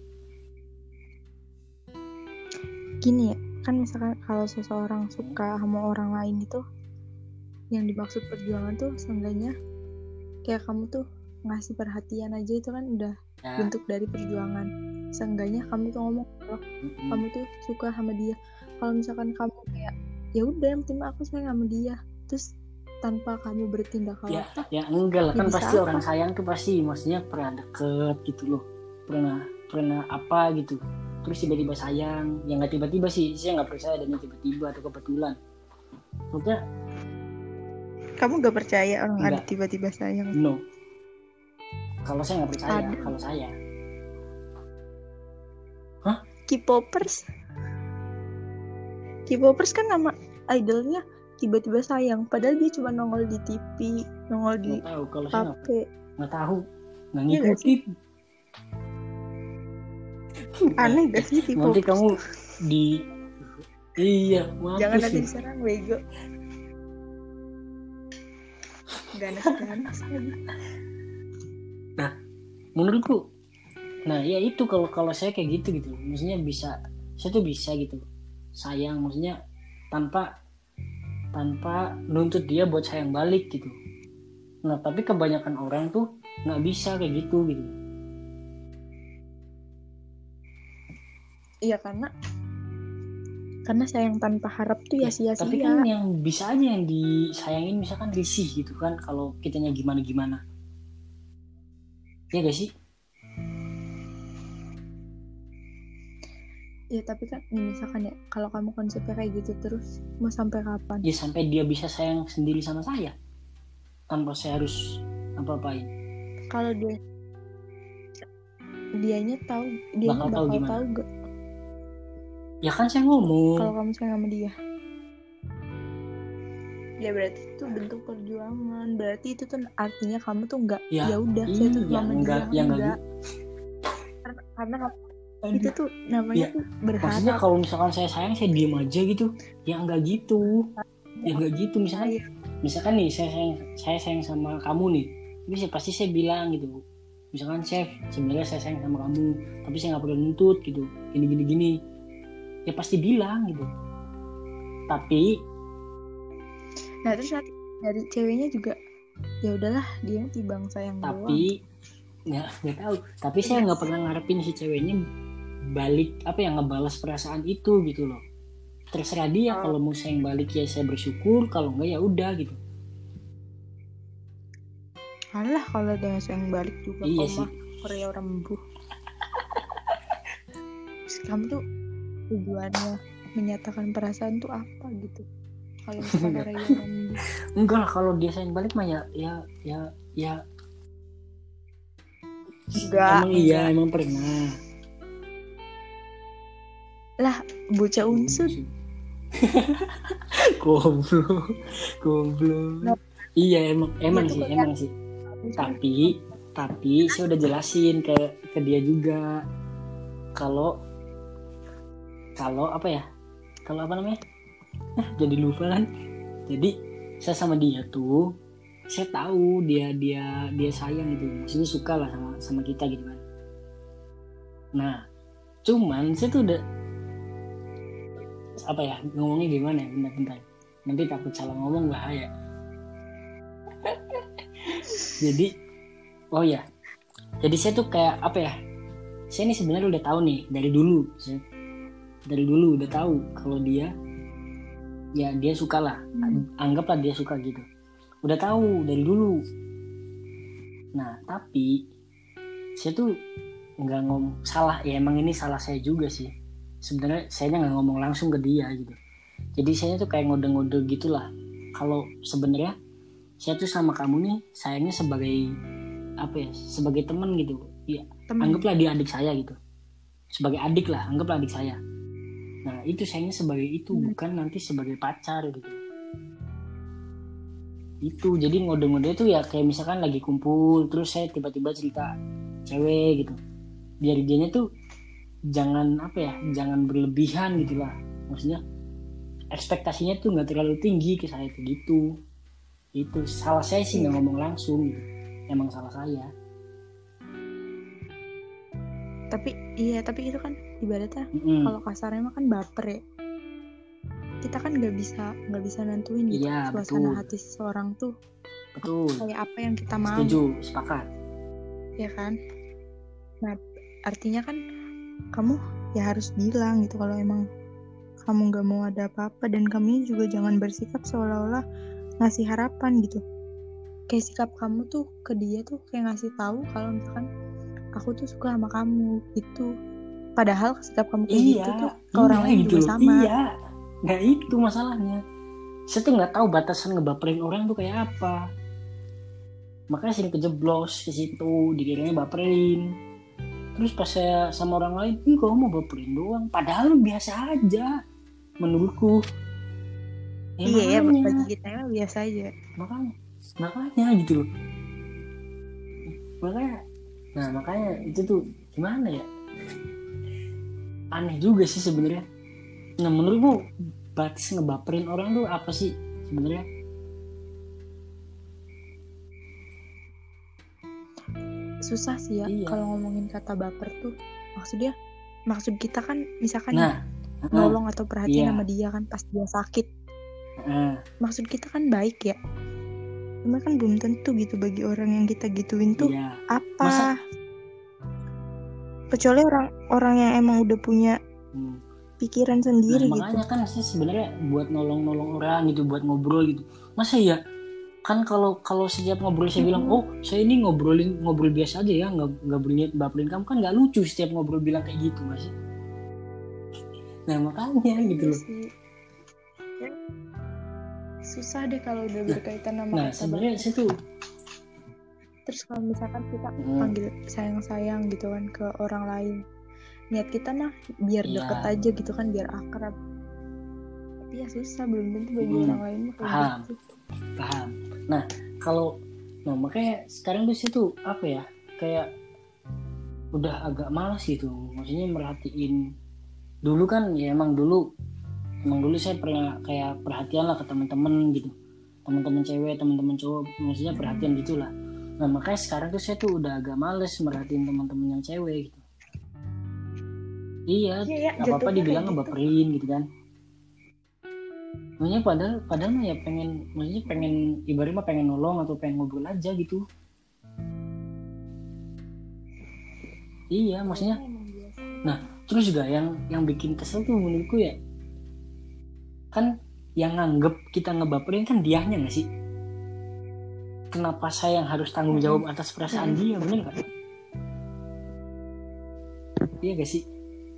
Gini ya, kan misalkan kalau seseorang suka sama orang lain itu, yang dimaksud perjuangan tuh seenggaknya kayak kamu tuh ngasih perhatian aja itu kan udah bentuk dari perjuangan. Seenggaknya kamu tuh ngomong kalau kamu tuh suka sama dia. Kalau misalkan kamu kayak ya udah yang penting aku sayang sama dia, terus tanpa kamu bertindak apa? Ya enggak lah, kan pasti apa? Orang sayang tuh pasti maksudnya pernah deket gitu loh, pernah apa gitu, terus tiba-tiba sayang. Ya nggak tiba-tiba sih, saya nggak percaya adanya tiba-tiba atau kebetulan. Maksudnya kamu nggak percaya orang ada tiba-tiba sayang? No. Kalau saya nggak percaya. Ada. Kalau saya K-popers kan nama idolnya tiba-tiba sayang, padahal dia cuma nongol di TV, nongol di HP. Nggak tahu, nggak ngikutin. Aneh gak sih K-popers? Nanti kamu jangan nanti diserang bego. Ganas lagi. Nah, menurutku, ya itu kalau saya kayak gitu, maksudnya saya tuh bisa gitu sayang, maksudnya tanpa nuntut dia buat sayang balik gitu. Nah, tapi kebanyakan orang tuh nggak bisa kayak gitu. Iya, karena sayang tanpa harap tuh ya sia-sia. Tapi kan yang bisa aja yang disayangin misalkan risih gitu kan, kalau kitanya gimana. Iya gak sih? Ya tapi kan misalkan ya, kalau kamu konsepnya kayak gitu terus mau sampai kapan? Ya sampai dia bisa sayang sendiri sama saya tanpa saya harus apa-apain. Kalau dianya tahu, dia bakal tahu gak? Ya kan saya ngomong. Kalau kamu sayang sama dia, ya berarti itu bentuk perjuangan. Berarti itu tuh artinya kamu tuh nggak ya udah saya tuh sama dia enggak. Karena kamu itu tuh namanya tuh berharap. Maksudnya kalau misalkan saya sayang saya diem aja gitu, ya enggak gitu. Misalkan nih saya sayang sama kamu nih, tapi pasti saya bilang gitu. Misalkan sebenarnya saya sayang sama kamu, tapi saya nggak perlu nuntut gitu, gini. Ya pasti bilang gitu. Tapi terus nanti dari ceweknya juga ya udahlah dia tibang sayang doang. Tapi nggak tahu. Tapi saya nggak pernah ngarepin si ceweknya balik ngebalas perasaan itu gitu loh. Terserah dia, kalau mau sayang balik ya saya bersyukur, kalau enggak ya udah gitu. Alah, kalau dia sayang balik juga mah Korea orang embuh. Kamu tuh tujuannya menyatakan perasaan tuh apa gitu? Kalau misalkan Korea orang embuh. Enggak lah, kalau dia sayang balik mah ya enggak. Emang pernah. Lah, bocah unsur. Goblok. Iya emang sih. Tapi saya udah jelasin ke dia juga. Kalau apa namanya? Jadi lupa kan. Jadi saya sama dia tuh, saya tahu dia sayang gitu, maksudnya suka lah sama kita gitu kan. Nah, cuman saya tuh udah ngomongnya gimana ya, bentar nanti takut salah ngomong bahaya. Jadi saya tuh kayak saya ini sebenarnya udah tahu nih dari dulu udah tahu kalau dia suka lah, anggaplah dia suka gitu, udah tahu dari dulu. Nah tapi saya tuh nggak ngomong, salah ya, emang ini salah saya juga sih sebenarnya. Saya nggak ngomong langsung ke dia gitu, jadi saya tuh kayak ngode-ngode gitulah. Kalau sebenarnya saya tuh sama kamu nih sayangnya sebagai teman gitu ya, anggaplah dia adik saya gitu, sebagai adik lah, anggaplah adik saya. Nah itu sayangnya sebagai itu, bukan nanti sebagai pacar gitu. Itu jadi ngode-ngode itu ya kayak misalkan lagi kumpul terus saya tiba-tiba cerita cewek gitu, biar dianya tuh jangan berlebihan gitu lah, maksudnya ekspektasinya tuh nggak terlalu tinggi ke saya gitu. Itu salah saya sih nggak ngomong langsung gitu. Emang salah saya. Tapi itu kan ibaratnya kalau kasarnya mah kan baper ya. Kita kan nggak bisa nentuin gitu suasana hati seseorang tuh. Betul. Kayak apa yang kita mau. Setuju, sepakat. Ya kan. Nah artinya kan kamu ya harus bilang gitu kalau emang kamu nggak mau ada apa-apa, dan kamu juga jangan bersikap seolah-olah ngasih harapan gitu. Kayak sikap kamu tuh ke dia tuh kayak ngasih tahu kalau misalkan aku tuh suka sama kamu gitu. Padahal sikap kamu kayak gitu tuh ke orang lain gitu juga sama. Iya. Nah itu masalahnya. Saya tuh nggak tahu batasan ngebaperin orang tuh kayak apa. Makanya sering kejeblos ke situ, dikiranya baperin. Terus pas saya sama orang lain, kamu mau baperin doang. Padahal biasa aja menurutku. Iya ya, bagi kita ya biasa aja. Makanya gitu loh. Makanya itu tuh gimana ya? Aneh juga sih sebenarnya. Nah menurutmu batas ngebaperin orang tuh apa sih sebenarnya? Susah sih ya kalau ngomongin kata baper tuh. Maksud kita kan misalkan nolong atau perhatian sama dia kan pas dia sakit. Maksud kita kan baik ya. Cuma kan belum tentu gitu bagi orang yang kita gituin tuh apa. Kecuali orang yang emang udah punya pikiran sendiri gitu. Makanya kan sih sebenarnya buat nolong orang gitu, buat ngobrol gitu. Masa ya kan kalau setiap ngobrol saya bilang, saya ini ngobrol biasa aja ya, nggak berniat baperin kamu, kan nggak lucu setiap ngobrol bilang kayak gitu masih. Nah makanya gitu loh. Susah deh kalau udah berkaitan sama kata sebenarnya situ. Terus kalau misalkan kita panggil sayang gitu kan ke orang lain, niat kita mah biar deket aja gitu kan, biar akrab. Tapi ya susah, belum tentu bagi orang lain paham gitu. Paham. Nah makanya sekarang tuh situ apa ya, kayak udah agak malas gitu, maksudnya merhatiin. Dulu kan ya emang dulu saya pernah kayak perhatian lah ke teman-teman gitu, teman-teman cewek, teman-teman cowok, maksudnya perhatian gitulah. Nah makanya sekarang tuh saya tuh udah agak males merhatiin teman-teman yang cewek gitu. Iya apa-apa dibilang ngebaperin gitu kan. Maksudnya padahal mah ya pengen ibaratnya mah pengen nolong atau pengen ngobrol aja gitu. Iya maksudnya. Nah terus juga yang bikin kesel tuh menurutku ya, kan yang nganggep kita ngebaperin kan dianya nggak sih? Kenapa saya yang harus tanggung jawab atas perasaan dia, bener nggak? Iya gak sih?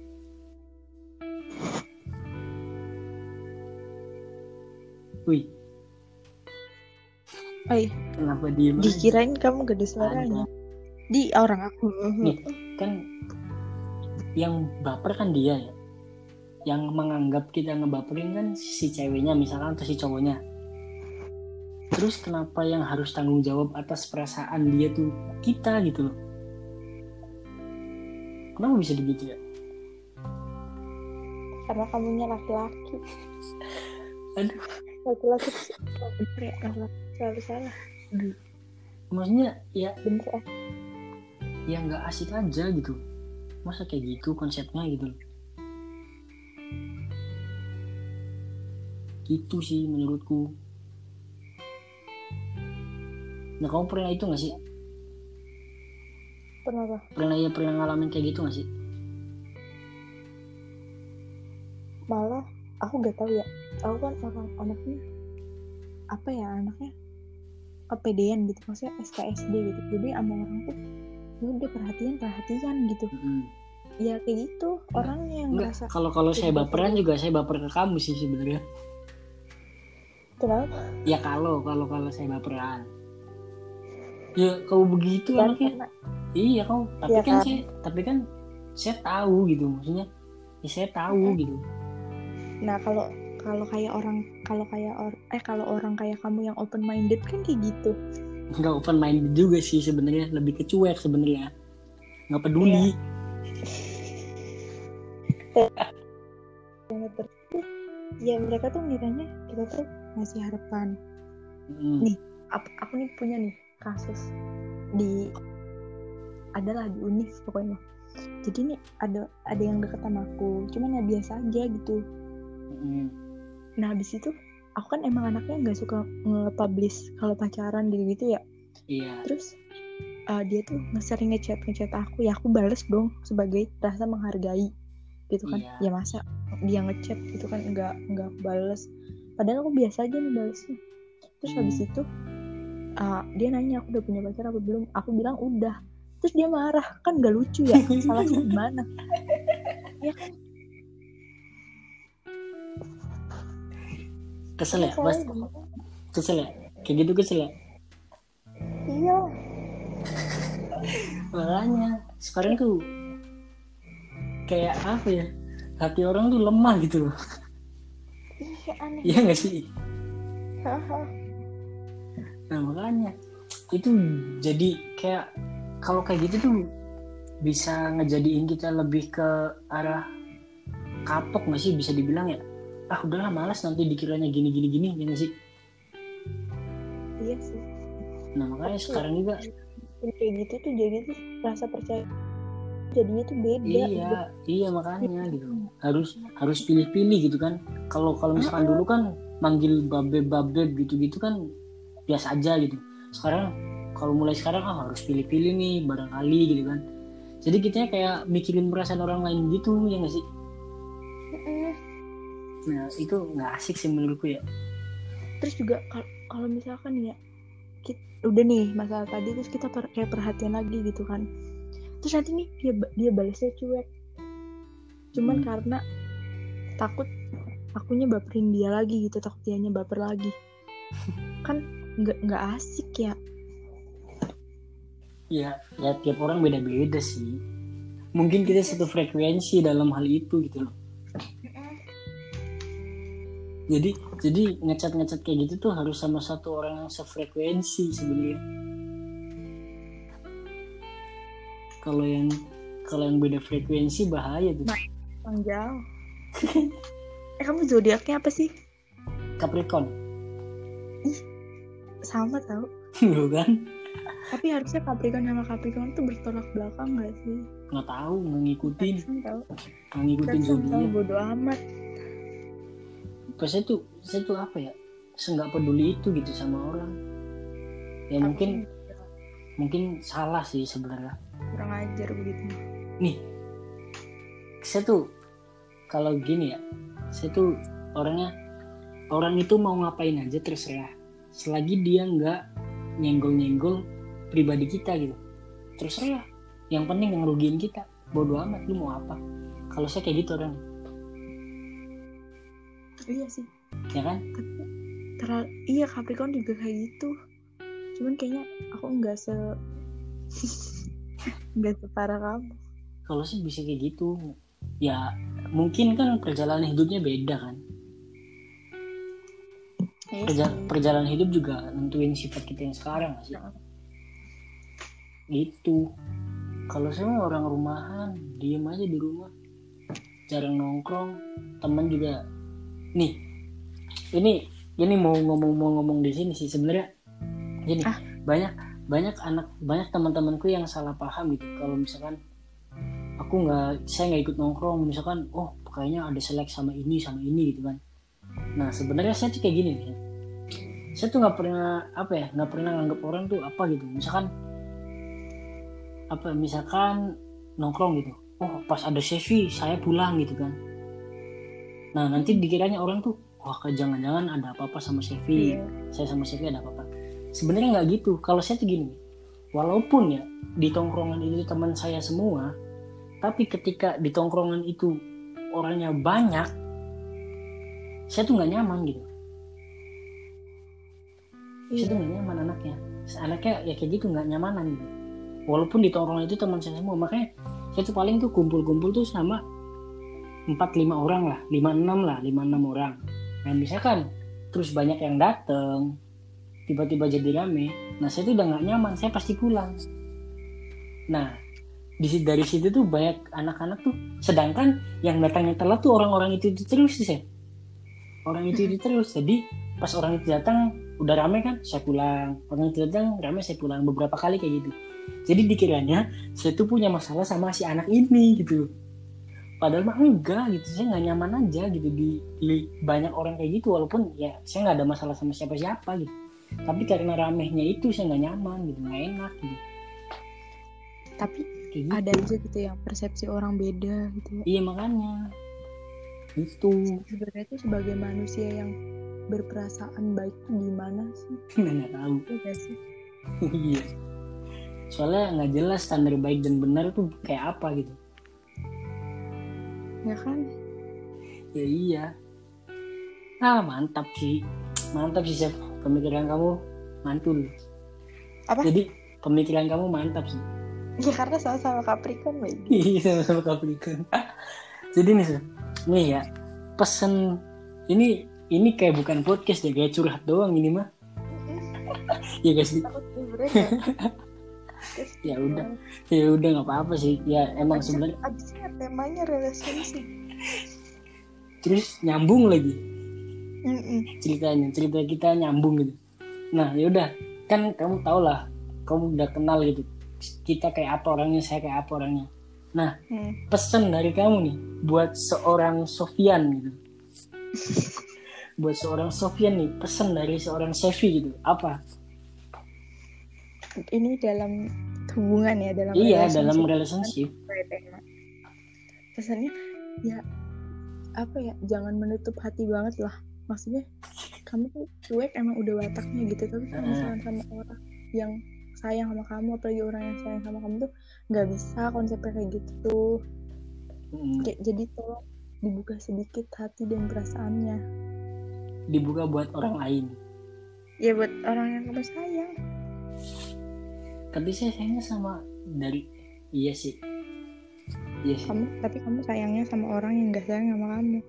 Wih. Kenapa diem? Dikirain kamu gak ada suaranya. Di orang aku. Nih, kan yang baper kan dia ya. Yang menganggap kita ngebaperin kan si ceweknya misalkan atau si cowoknya. Terus kenapa yang harus tanggung jawab atas perasaan dia tuh kita gitu loh? Kenapa bisa begitu ya? Karena kamunya laki-laki. Aduh. Laki-laki selalu salah. Maksudnya ya bener ya nggak asik aja gitu. Masa kayak gitu konsepnya gitu loh. Gitu sih menurutku. Nah kamu pernah itu nggak sih? Pernah ngalamin kayak gitu nggak sih? Malah aku nggak tahu ya. Aku kan anaknya anaknya kepedean gitu, maksudnya SKSD gitu. Jadi sama orang tuh udah perhatian gitu. Ya kayak gitu orangnya yang merasa. Kalau saya baperan juga saya baper ke kamu sih sebenarnya. Kenapa? Ya kalau saya baperan. Ya kalau begitu kan, anaknya. Iya kau. Tapi kan saya tahu gitu, maksudnya. Ya saya tahu gitu. Nah kalau orang kayak kamu yang open minded kan kayak gitu. Nggak open minded juga sih sebenarnya, lebih kecuek sebenarnya. Nggak peduli. ya mereka tuh ngiranya kita tuh ngasih harapan. Nih aku nih punya nih kasus adalah di univ pokoknya. Jadi nih ada yang deket sama aku, cuman ya biasa aja gitu. Nah habis itu aku kan emang anaknya nggak suka nge-publish kalau pacaran gitu ya. Iya. Terus dia tuh sering ngechat aku, ya aku bales dong sebagai rasa menghargai gitu kan. Iya. Ya masa dia ngechat gitu kan nggak aku bales, padahal aku biasa aja nih balesnya. Terus habis itu dia nanya aku udah punya pacar apa belum, aku bilang udah. Terus dia marah, kan gak lucu ya, salahnya di mana? Ya kan? Kesel ya, Mas? Kesel ya? Kayak gitu kesel ya? Iya. Makanya sekarang tuh kayak apa ya? Hati orang tuh lemah gitu loh. Iya aneh. Iya gak sih? Nah makanya itu jadi kayak kalau kayak gitu tuh bisa ngejadiin kita lebih ke arah kapok gak sih, bisa dibilang ya? Udahlah malas nanti dikiranya gini ya gak sih? Iya sih. Nah makanya sekarang juga kayak gitu tuh jadi tuh rasa percaya jadinya tuh beda. Iya makanya gitu. Harus pilih-pilih gitu kan. Kalau misalkan dulu kan manggil babe gitu kan biasa aja gitu. Sekarang kalau mulai sekarang harus pilih-pilih nih barangkali gitu kan. Jadi kitanya kayak mikirin perasaan orang lain gitu, ya nggak sih? Nah itu nggak asik sih menurutku ya. Terus juga kalau misalkan ya udah nih masalah tadi, terus kita kayak perhatian lagi gitu kan. Terus nanti nih dia balasnya cuek. Cuman karena takut akunya baperin dia lagi gitu, takut dianya baper lagi. Kan nggak asik ya. Ya tiap orang beda-beda sih. Mungkin kita satu frekuensi dalam hal itu gitu loh. Jadi ngecat kayak gitu tuh harus sama satu orang yang sefrekuensi sebenarnya. Kalau yang beda frekuensi bahaya tuh. Jauh. Kamu zodiaknya apa sih? Capricorn. Ih, sama tau. Loh kan? Tapi harusnya Capricorn tuh bertolak belakang gak sih? Nggak tahu, nggak ngikutin. Nggak ngikutin zodiak. Bodo amat. Saya tuh apa ya? Nggak peduli itu gitu sama orang. Ya mungkin salah sih sebenarnya. Kurang ajar begitu. Nih, saya tuh kalau gini ya, saya tuh orang itu mau ngapain aja terserah, selagi dia nggak nyenggol pribadi kita gitu, terserah. Yang penting yang ngerugiin kita, bodo amat lu mau apa. Kalau saya kayak gitu orang. Iya sih. Ya kan? Iya, Capricorn juga kayak gitu. Cuman kayaknya aku nggak separah kamu. Kalau sih bisa kayak gitu. Ya mungkin kan perjalanan hidupnya beda kan. Perjalanan hidup juga nentuin sifat kita yang sekarang gak sih? Gitu. Kalau saya orang rumahan, diem aja di rumah, jarang nongkrong, teman juga. Nih, ini mau ngomong di sini sih sebenarnya. Gini, banyak teman-temanku yang salah paham gitu. Kalau misalkan saya nggak ikut nongkrong, misalkan, kayaknya ada selek sama ini gitu kan. Nah sebenarnya saya tuh kayak gini nih. Saya tuh nggak pernah nganggap orang tuh apa gitu. Misalkan nongkrong gitu. Pas ada Sevi saya pulang gitu kan. Nah nanti dikiranya orang tuh jangan-jangan ada apa-apa sama Sevi. Saya sama Sevi ada apa-apa. Sebenarnya nggak gitu. Kalau saya tuh gini, walaupun ya di tongkrongan itu teman saya semua, tapi ketika di tongkrongan itu orangnya banyak, saya tuh nggak nyaman gitu. Saya tuh nggak nyaman anaknya ya kayak gitu, nggak nyamanan gitu. Walaupun di tongkrongan itu teman saya semua, makanya saya tuh paling tuh kumpul tuh sama 4-5 orang lah, 5-6 orang. Nah misalkan terus banyak yang dateng, tiba-tiba jadi rame, nah saya tuh udah nggak nyaman, saya pasti pulang. Nah dari situ tuh banyak anak-anak tuh, sedangkan yang datangnya telat tuh orang-orang itu terus sih. orang itu terus. Jadi pas orang itu datang udah rame kan, saya pulang. Orang itu datang rame, saya pulang, beberapa kali kayak gitu. Jadi dikiranya saya tuh punya masalah sama si anak ini gitu. Padahal mah enggak gitu, saya nggak nyaman aja gitu di banyak orang kayak gitu, walaupun ya saya nggak ada masalah sama siapa-siapa gitu. Tapi karena ramehnya itu saya nggak nyaman gitu, nggak enak gitu. Tapi gitu. Ada aja gitu yang persepsi orang beda gitu. Iya makanya itu. Sebenarnya itu sebagai manusia yang berperasaan baik itu gimana sih? Nggak tahu. Iya sih. Iya. Soalnya nggak jelas standar baik dan benar tuh kayak apa gitu. Ya kan? Ya iya. Mantap sih Chef. Pemikiran kamu mantul. Apa? Jadi pemikiran kamu mantap sih. Ya karena sama-sama Capricorn baik. Iya sama-sama Capricorn. Jadi nih ya pesen ini kayak bukan podcast ya, kayak curhat doang ini mah. Ya guys. Ya udah nggak apa-apa sih ya, emang sebenarnya abisnya temanya relationship terus nyambung lagi. cerita kita nyambung gitu. Nah ya udah kan kamu tau lah, kamu udah kenal gitu kita kayak apa orangnya, saya kayak apa orangnya. Nah pesan dari kamu nih buat seorang Sofyan gitu. Buat seorang Sofyan nih, pesan dari seorang Sevi gitu apa? Ini dalam hubungan ya, dalam relationship. Pesannya ya apa ya, jangan menutup hati banget lah. Maksudnya kamu tuh cuek emang udah wataknya gitu, tapi kalau misalnya sama orang yang sayang sama kamu, apalagi orang yang sayang sama kamu tuh nggak bisa konsepnya kayak gitu tuh. Jadi tolong dibuka sedikit hati dan perasaannya. Dibuka buat orang lain. Ya buat orang yang kamu sayang. Tapi saya sayangnya sama dari iya sih. Tapi kamu sayangnya sama orang yang nggak sayang sama kamu.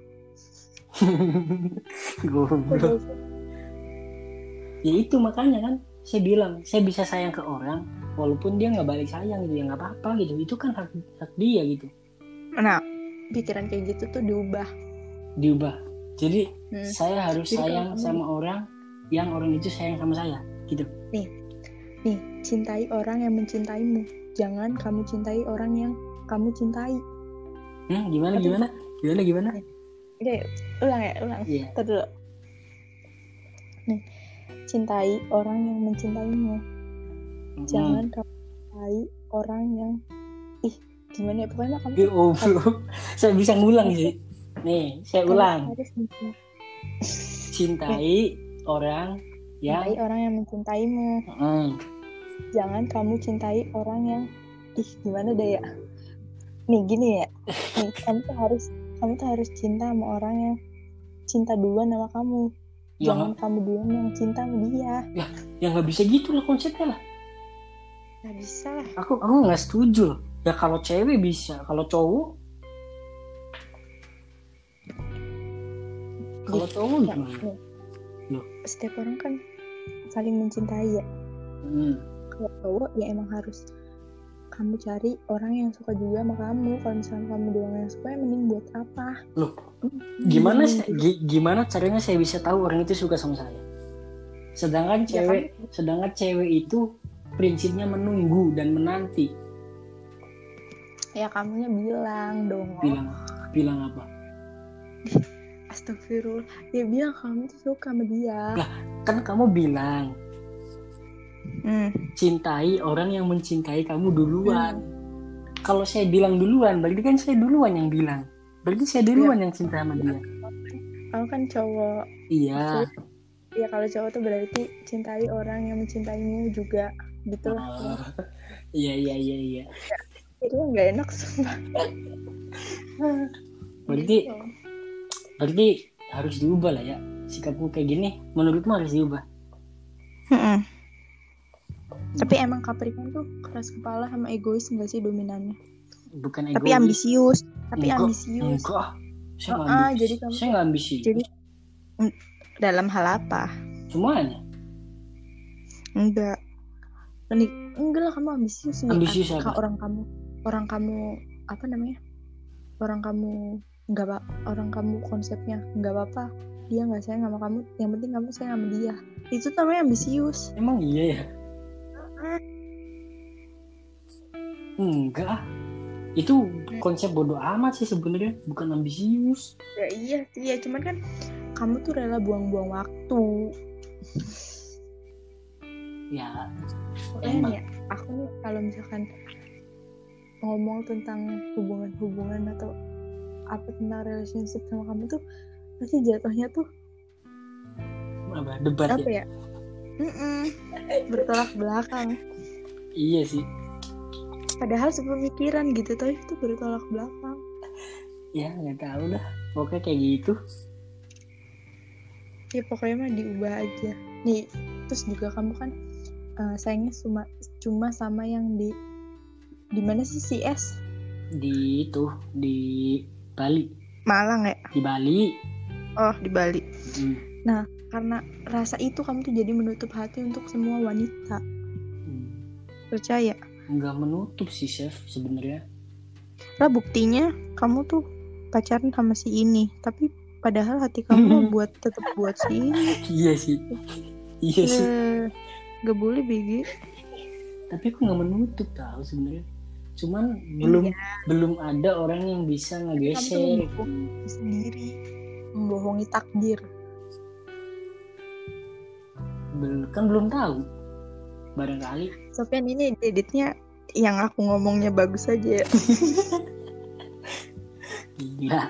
Goblok. Ya itu makanya kan saya bilang saya bisa sayang ke orang walaupun dia nggak balik sayang gitu, ya nggak apa-apa gitu, itu kan hak dia gitu. Nah pikiran kayak gitu tuh diubah. Jadi saya harus sayang sama orang yang orang itu sayang sama saya gitu. Nih cintai orang yang mencintaimu, jangan kamu cintai orang yang kamu cintai. Gimana? Oke, ulang. Yeah. Dulu. Nih, cintai orang yang mencintaimu, jangan kamu cintai orang yang gimana ya, pokoknya kamu. Saya bisa ngulang sih. Nih, saya ulang. Cintai orang yang mencintaimu. Jangan kamu cintai orang yang gimana deh ya. Nih gini ya. Nih kamu tuh harus cinta sama orang yang cinta duluan sama kamu. Jangan kamu duluan yang cinta sama dia. Ya nggak bisa gitu lah konsepnya lah. Nggak bisa lah. Aku nggak setuju loh. Ya kalau cewek bisa, kalau cowok gimana? Setiap orang kan saling mencintai ya. Kalau cowok ya emang harus kamu cari orang yang suka juga sama kamu. Kalau misalnya kamu doang yang suka, ya mending buat apa? Loh, gimana caranya saya bisa tahu orang itu suka sama saya? Sedangkan cewek itu prinsipnya menunggu dan menanti. Ya kamunya bilang dong. Bilang apa? Astagfirullah. Ya bilang kamu tuh suka sama dia. Lah, kan kamu bilang cintai orang yang mencintai kamu duluan. Kalau saya bilang duluan, berarti kan saya duluan yang bilang. Berarti saya duluan yang cinta sama dia. Kamu kan cowok. Iya. Iya, kalau cowok tuh berarti cintai orang yang mencintaimu juga, gitu lah. Iya. Itu nggak enak sumpah. Berarti harus diubah lah ya. Sikapku kayak gini, menurutmu harus diubah. Tapi emang Capricorn tuh keras kepala sama egois nggak sih dominannya? Bukan egois. Tapi ambisius. Enggak. Saya nggak ambisius. Jadi dalam hal apa? Semuanya. Enggak lah, kamu ambisius nih. Ambisius apa? Orang kamu apa namanya? Orang kamu konsepnya nggak apa-apa. dia nggak sayang sama kamu, yang penting kamu sayang sama dia. Itu namanya ambisius. Emang iya ya? Enggak. Itu konsep bodoh amat sih sebenarnya, bukan ambisius. Ya iya sih, ya cuman kan kamu tuh rela buang-buang waktu. Ya. Pokoknya ya, aku nih kalau misalkan ngomong tentang hubungan atau apa tentang relationship sama kamu tuh pasti jatuhnya tuh apa? Debat apa ya? Bertolak belakang. Iya sih. Padahal sepemikiran gitu, tapi itu bertolak belakang. Ya nggak tahu dah, pokoknya kayak gitu. Ya pokoknya mah diubah aja. Nih, terus juga kamu kan sayangnya cuma sama yang di mana sih si S? Di Bali. Malang ya? Di Bali. Oh, di Bali. Nah, karena rasa itu kamu tuh jadi menutup hati untuk semua wanita. Percaya? Enggak menutup sih, Chef, sebenarnya. Lah buktinya kamu tuh pacaran sama si ini, tapi padahal hati kamu tetap buat si ini. Iya sih. Iya sih. Gak boleh BG. Tapi aku nggak menutup tahu sebenarnya. Cuman belum ada orang yang bisa ngegeser. Kamu sendiri membohongi takdir. Kan belum tahu. Barangkali. Sofian ini editnya yang aku ngomongnya bagus aja ya. Gila.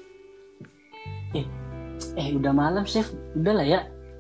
Udah malam, Chef. Udah lah ya.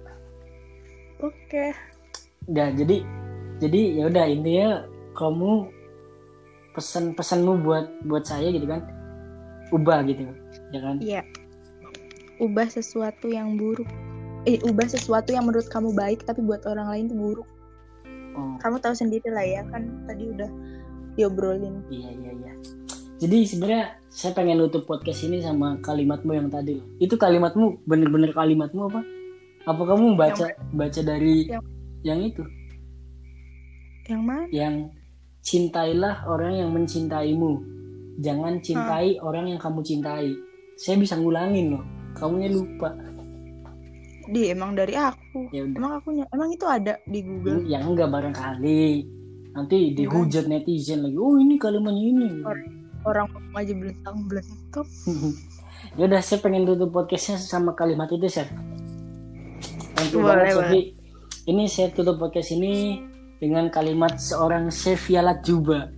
Oke. Udah, jadi ya udah, intinya kamu pesanmu buat saya gitu kan, ubah gitu ya kan? Iya, ubah sesuatu yang buruk, ubah sesuatu yang menurut kamu baik tapi buat orang lain tuh buruk. Kamu tahu sendiri lah ya kan, tadi udah diobrolin. Iya. Jadi sebenarnya saya pengen nutup podcast ini sama kalimatmu yang tadi. Itu kalimatmu bener-bener kalimatmu apa kamu baca dari yang itu? Yang mana? Yang cintailah orang yang mencintaimu, jangan cintai orang yang kamu cintai. Saya bisa ngulangin loh, kamunya lupa. Emang dari aku. Emang itu ada di Google? Ya enggak, barangkali nanti dihujat netizen lagi. Oh ini kalimatnya ini. Orang aja belentang. Ya udah, saya pengen tutup podcastnya sama kalimat itu, Chef. Thank you banget, Sofi. Ini saya tutup podcast ini dengan kalimat seorang Chefia Lajuba.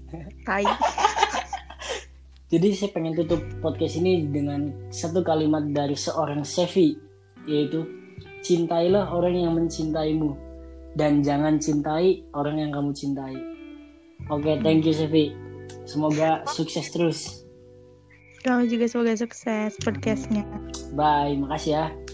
Jadi saya pengen tutup podcast ini dengan satu kalimat dari seorang Chefi, yaitu cintailah orang yang mencintaimu dan jangan cintai orang yang kamu cintai. Oke, thank you Chefi. Semoga sukses terus. Kamu juga semoga sukses podcastnya. Bye, makasih ya.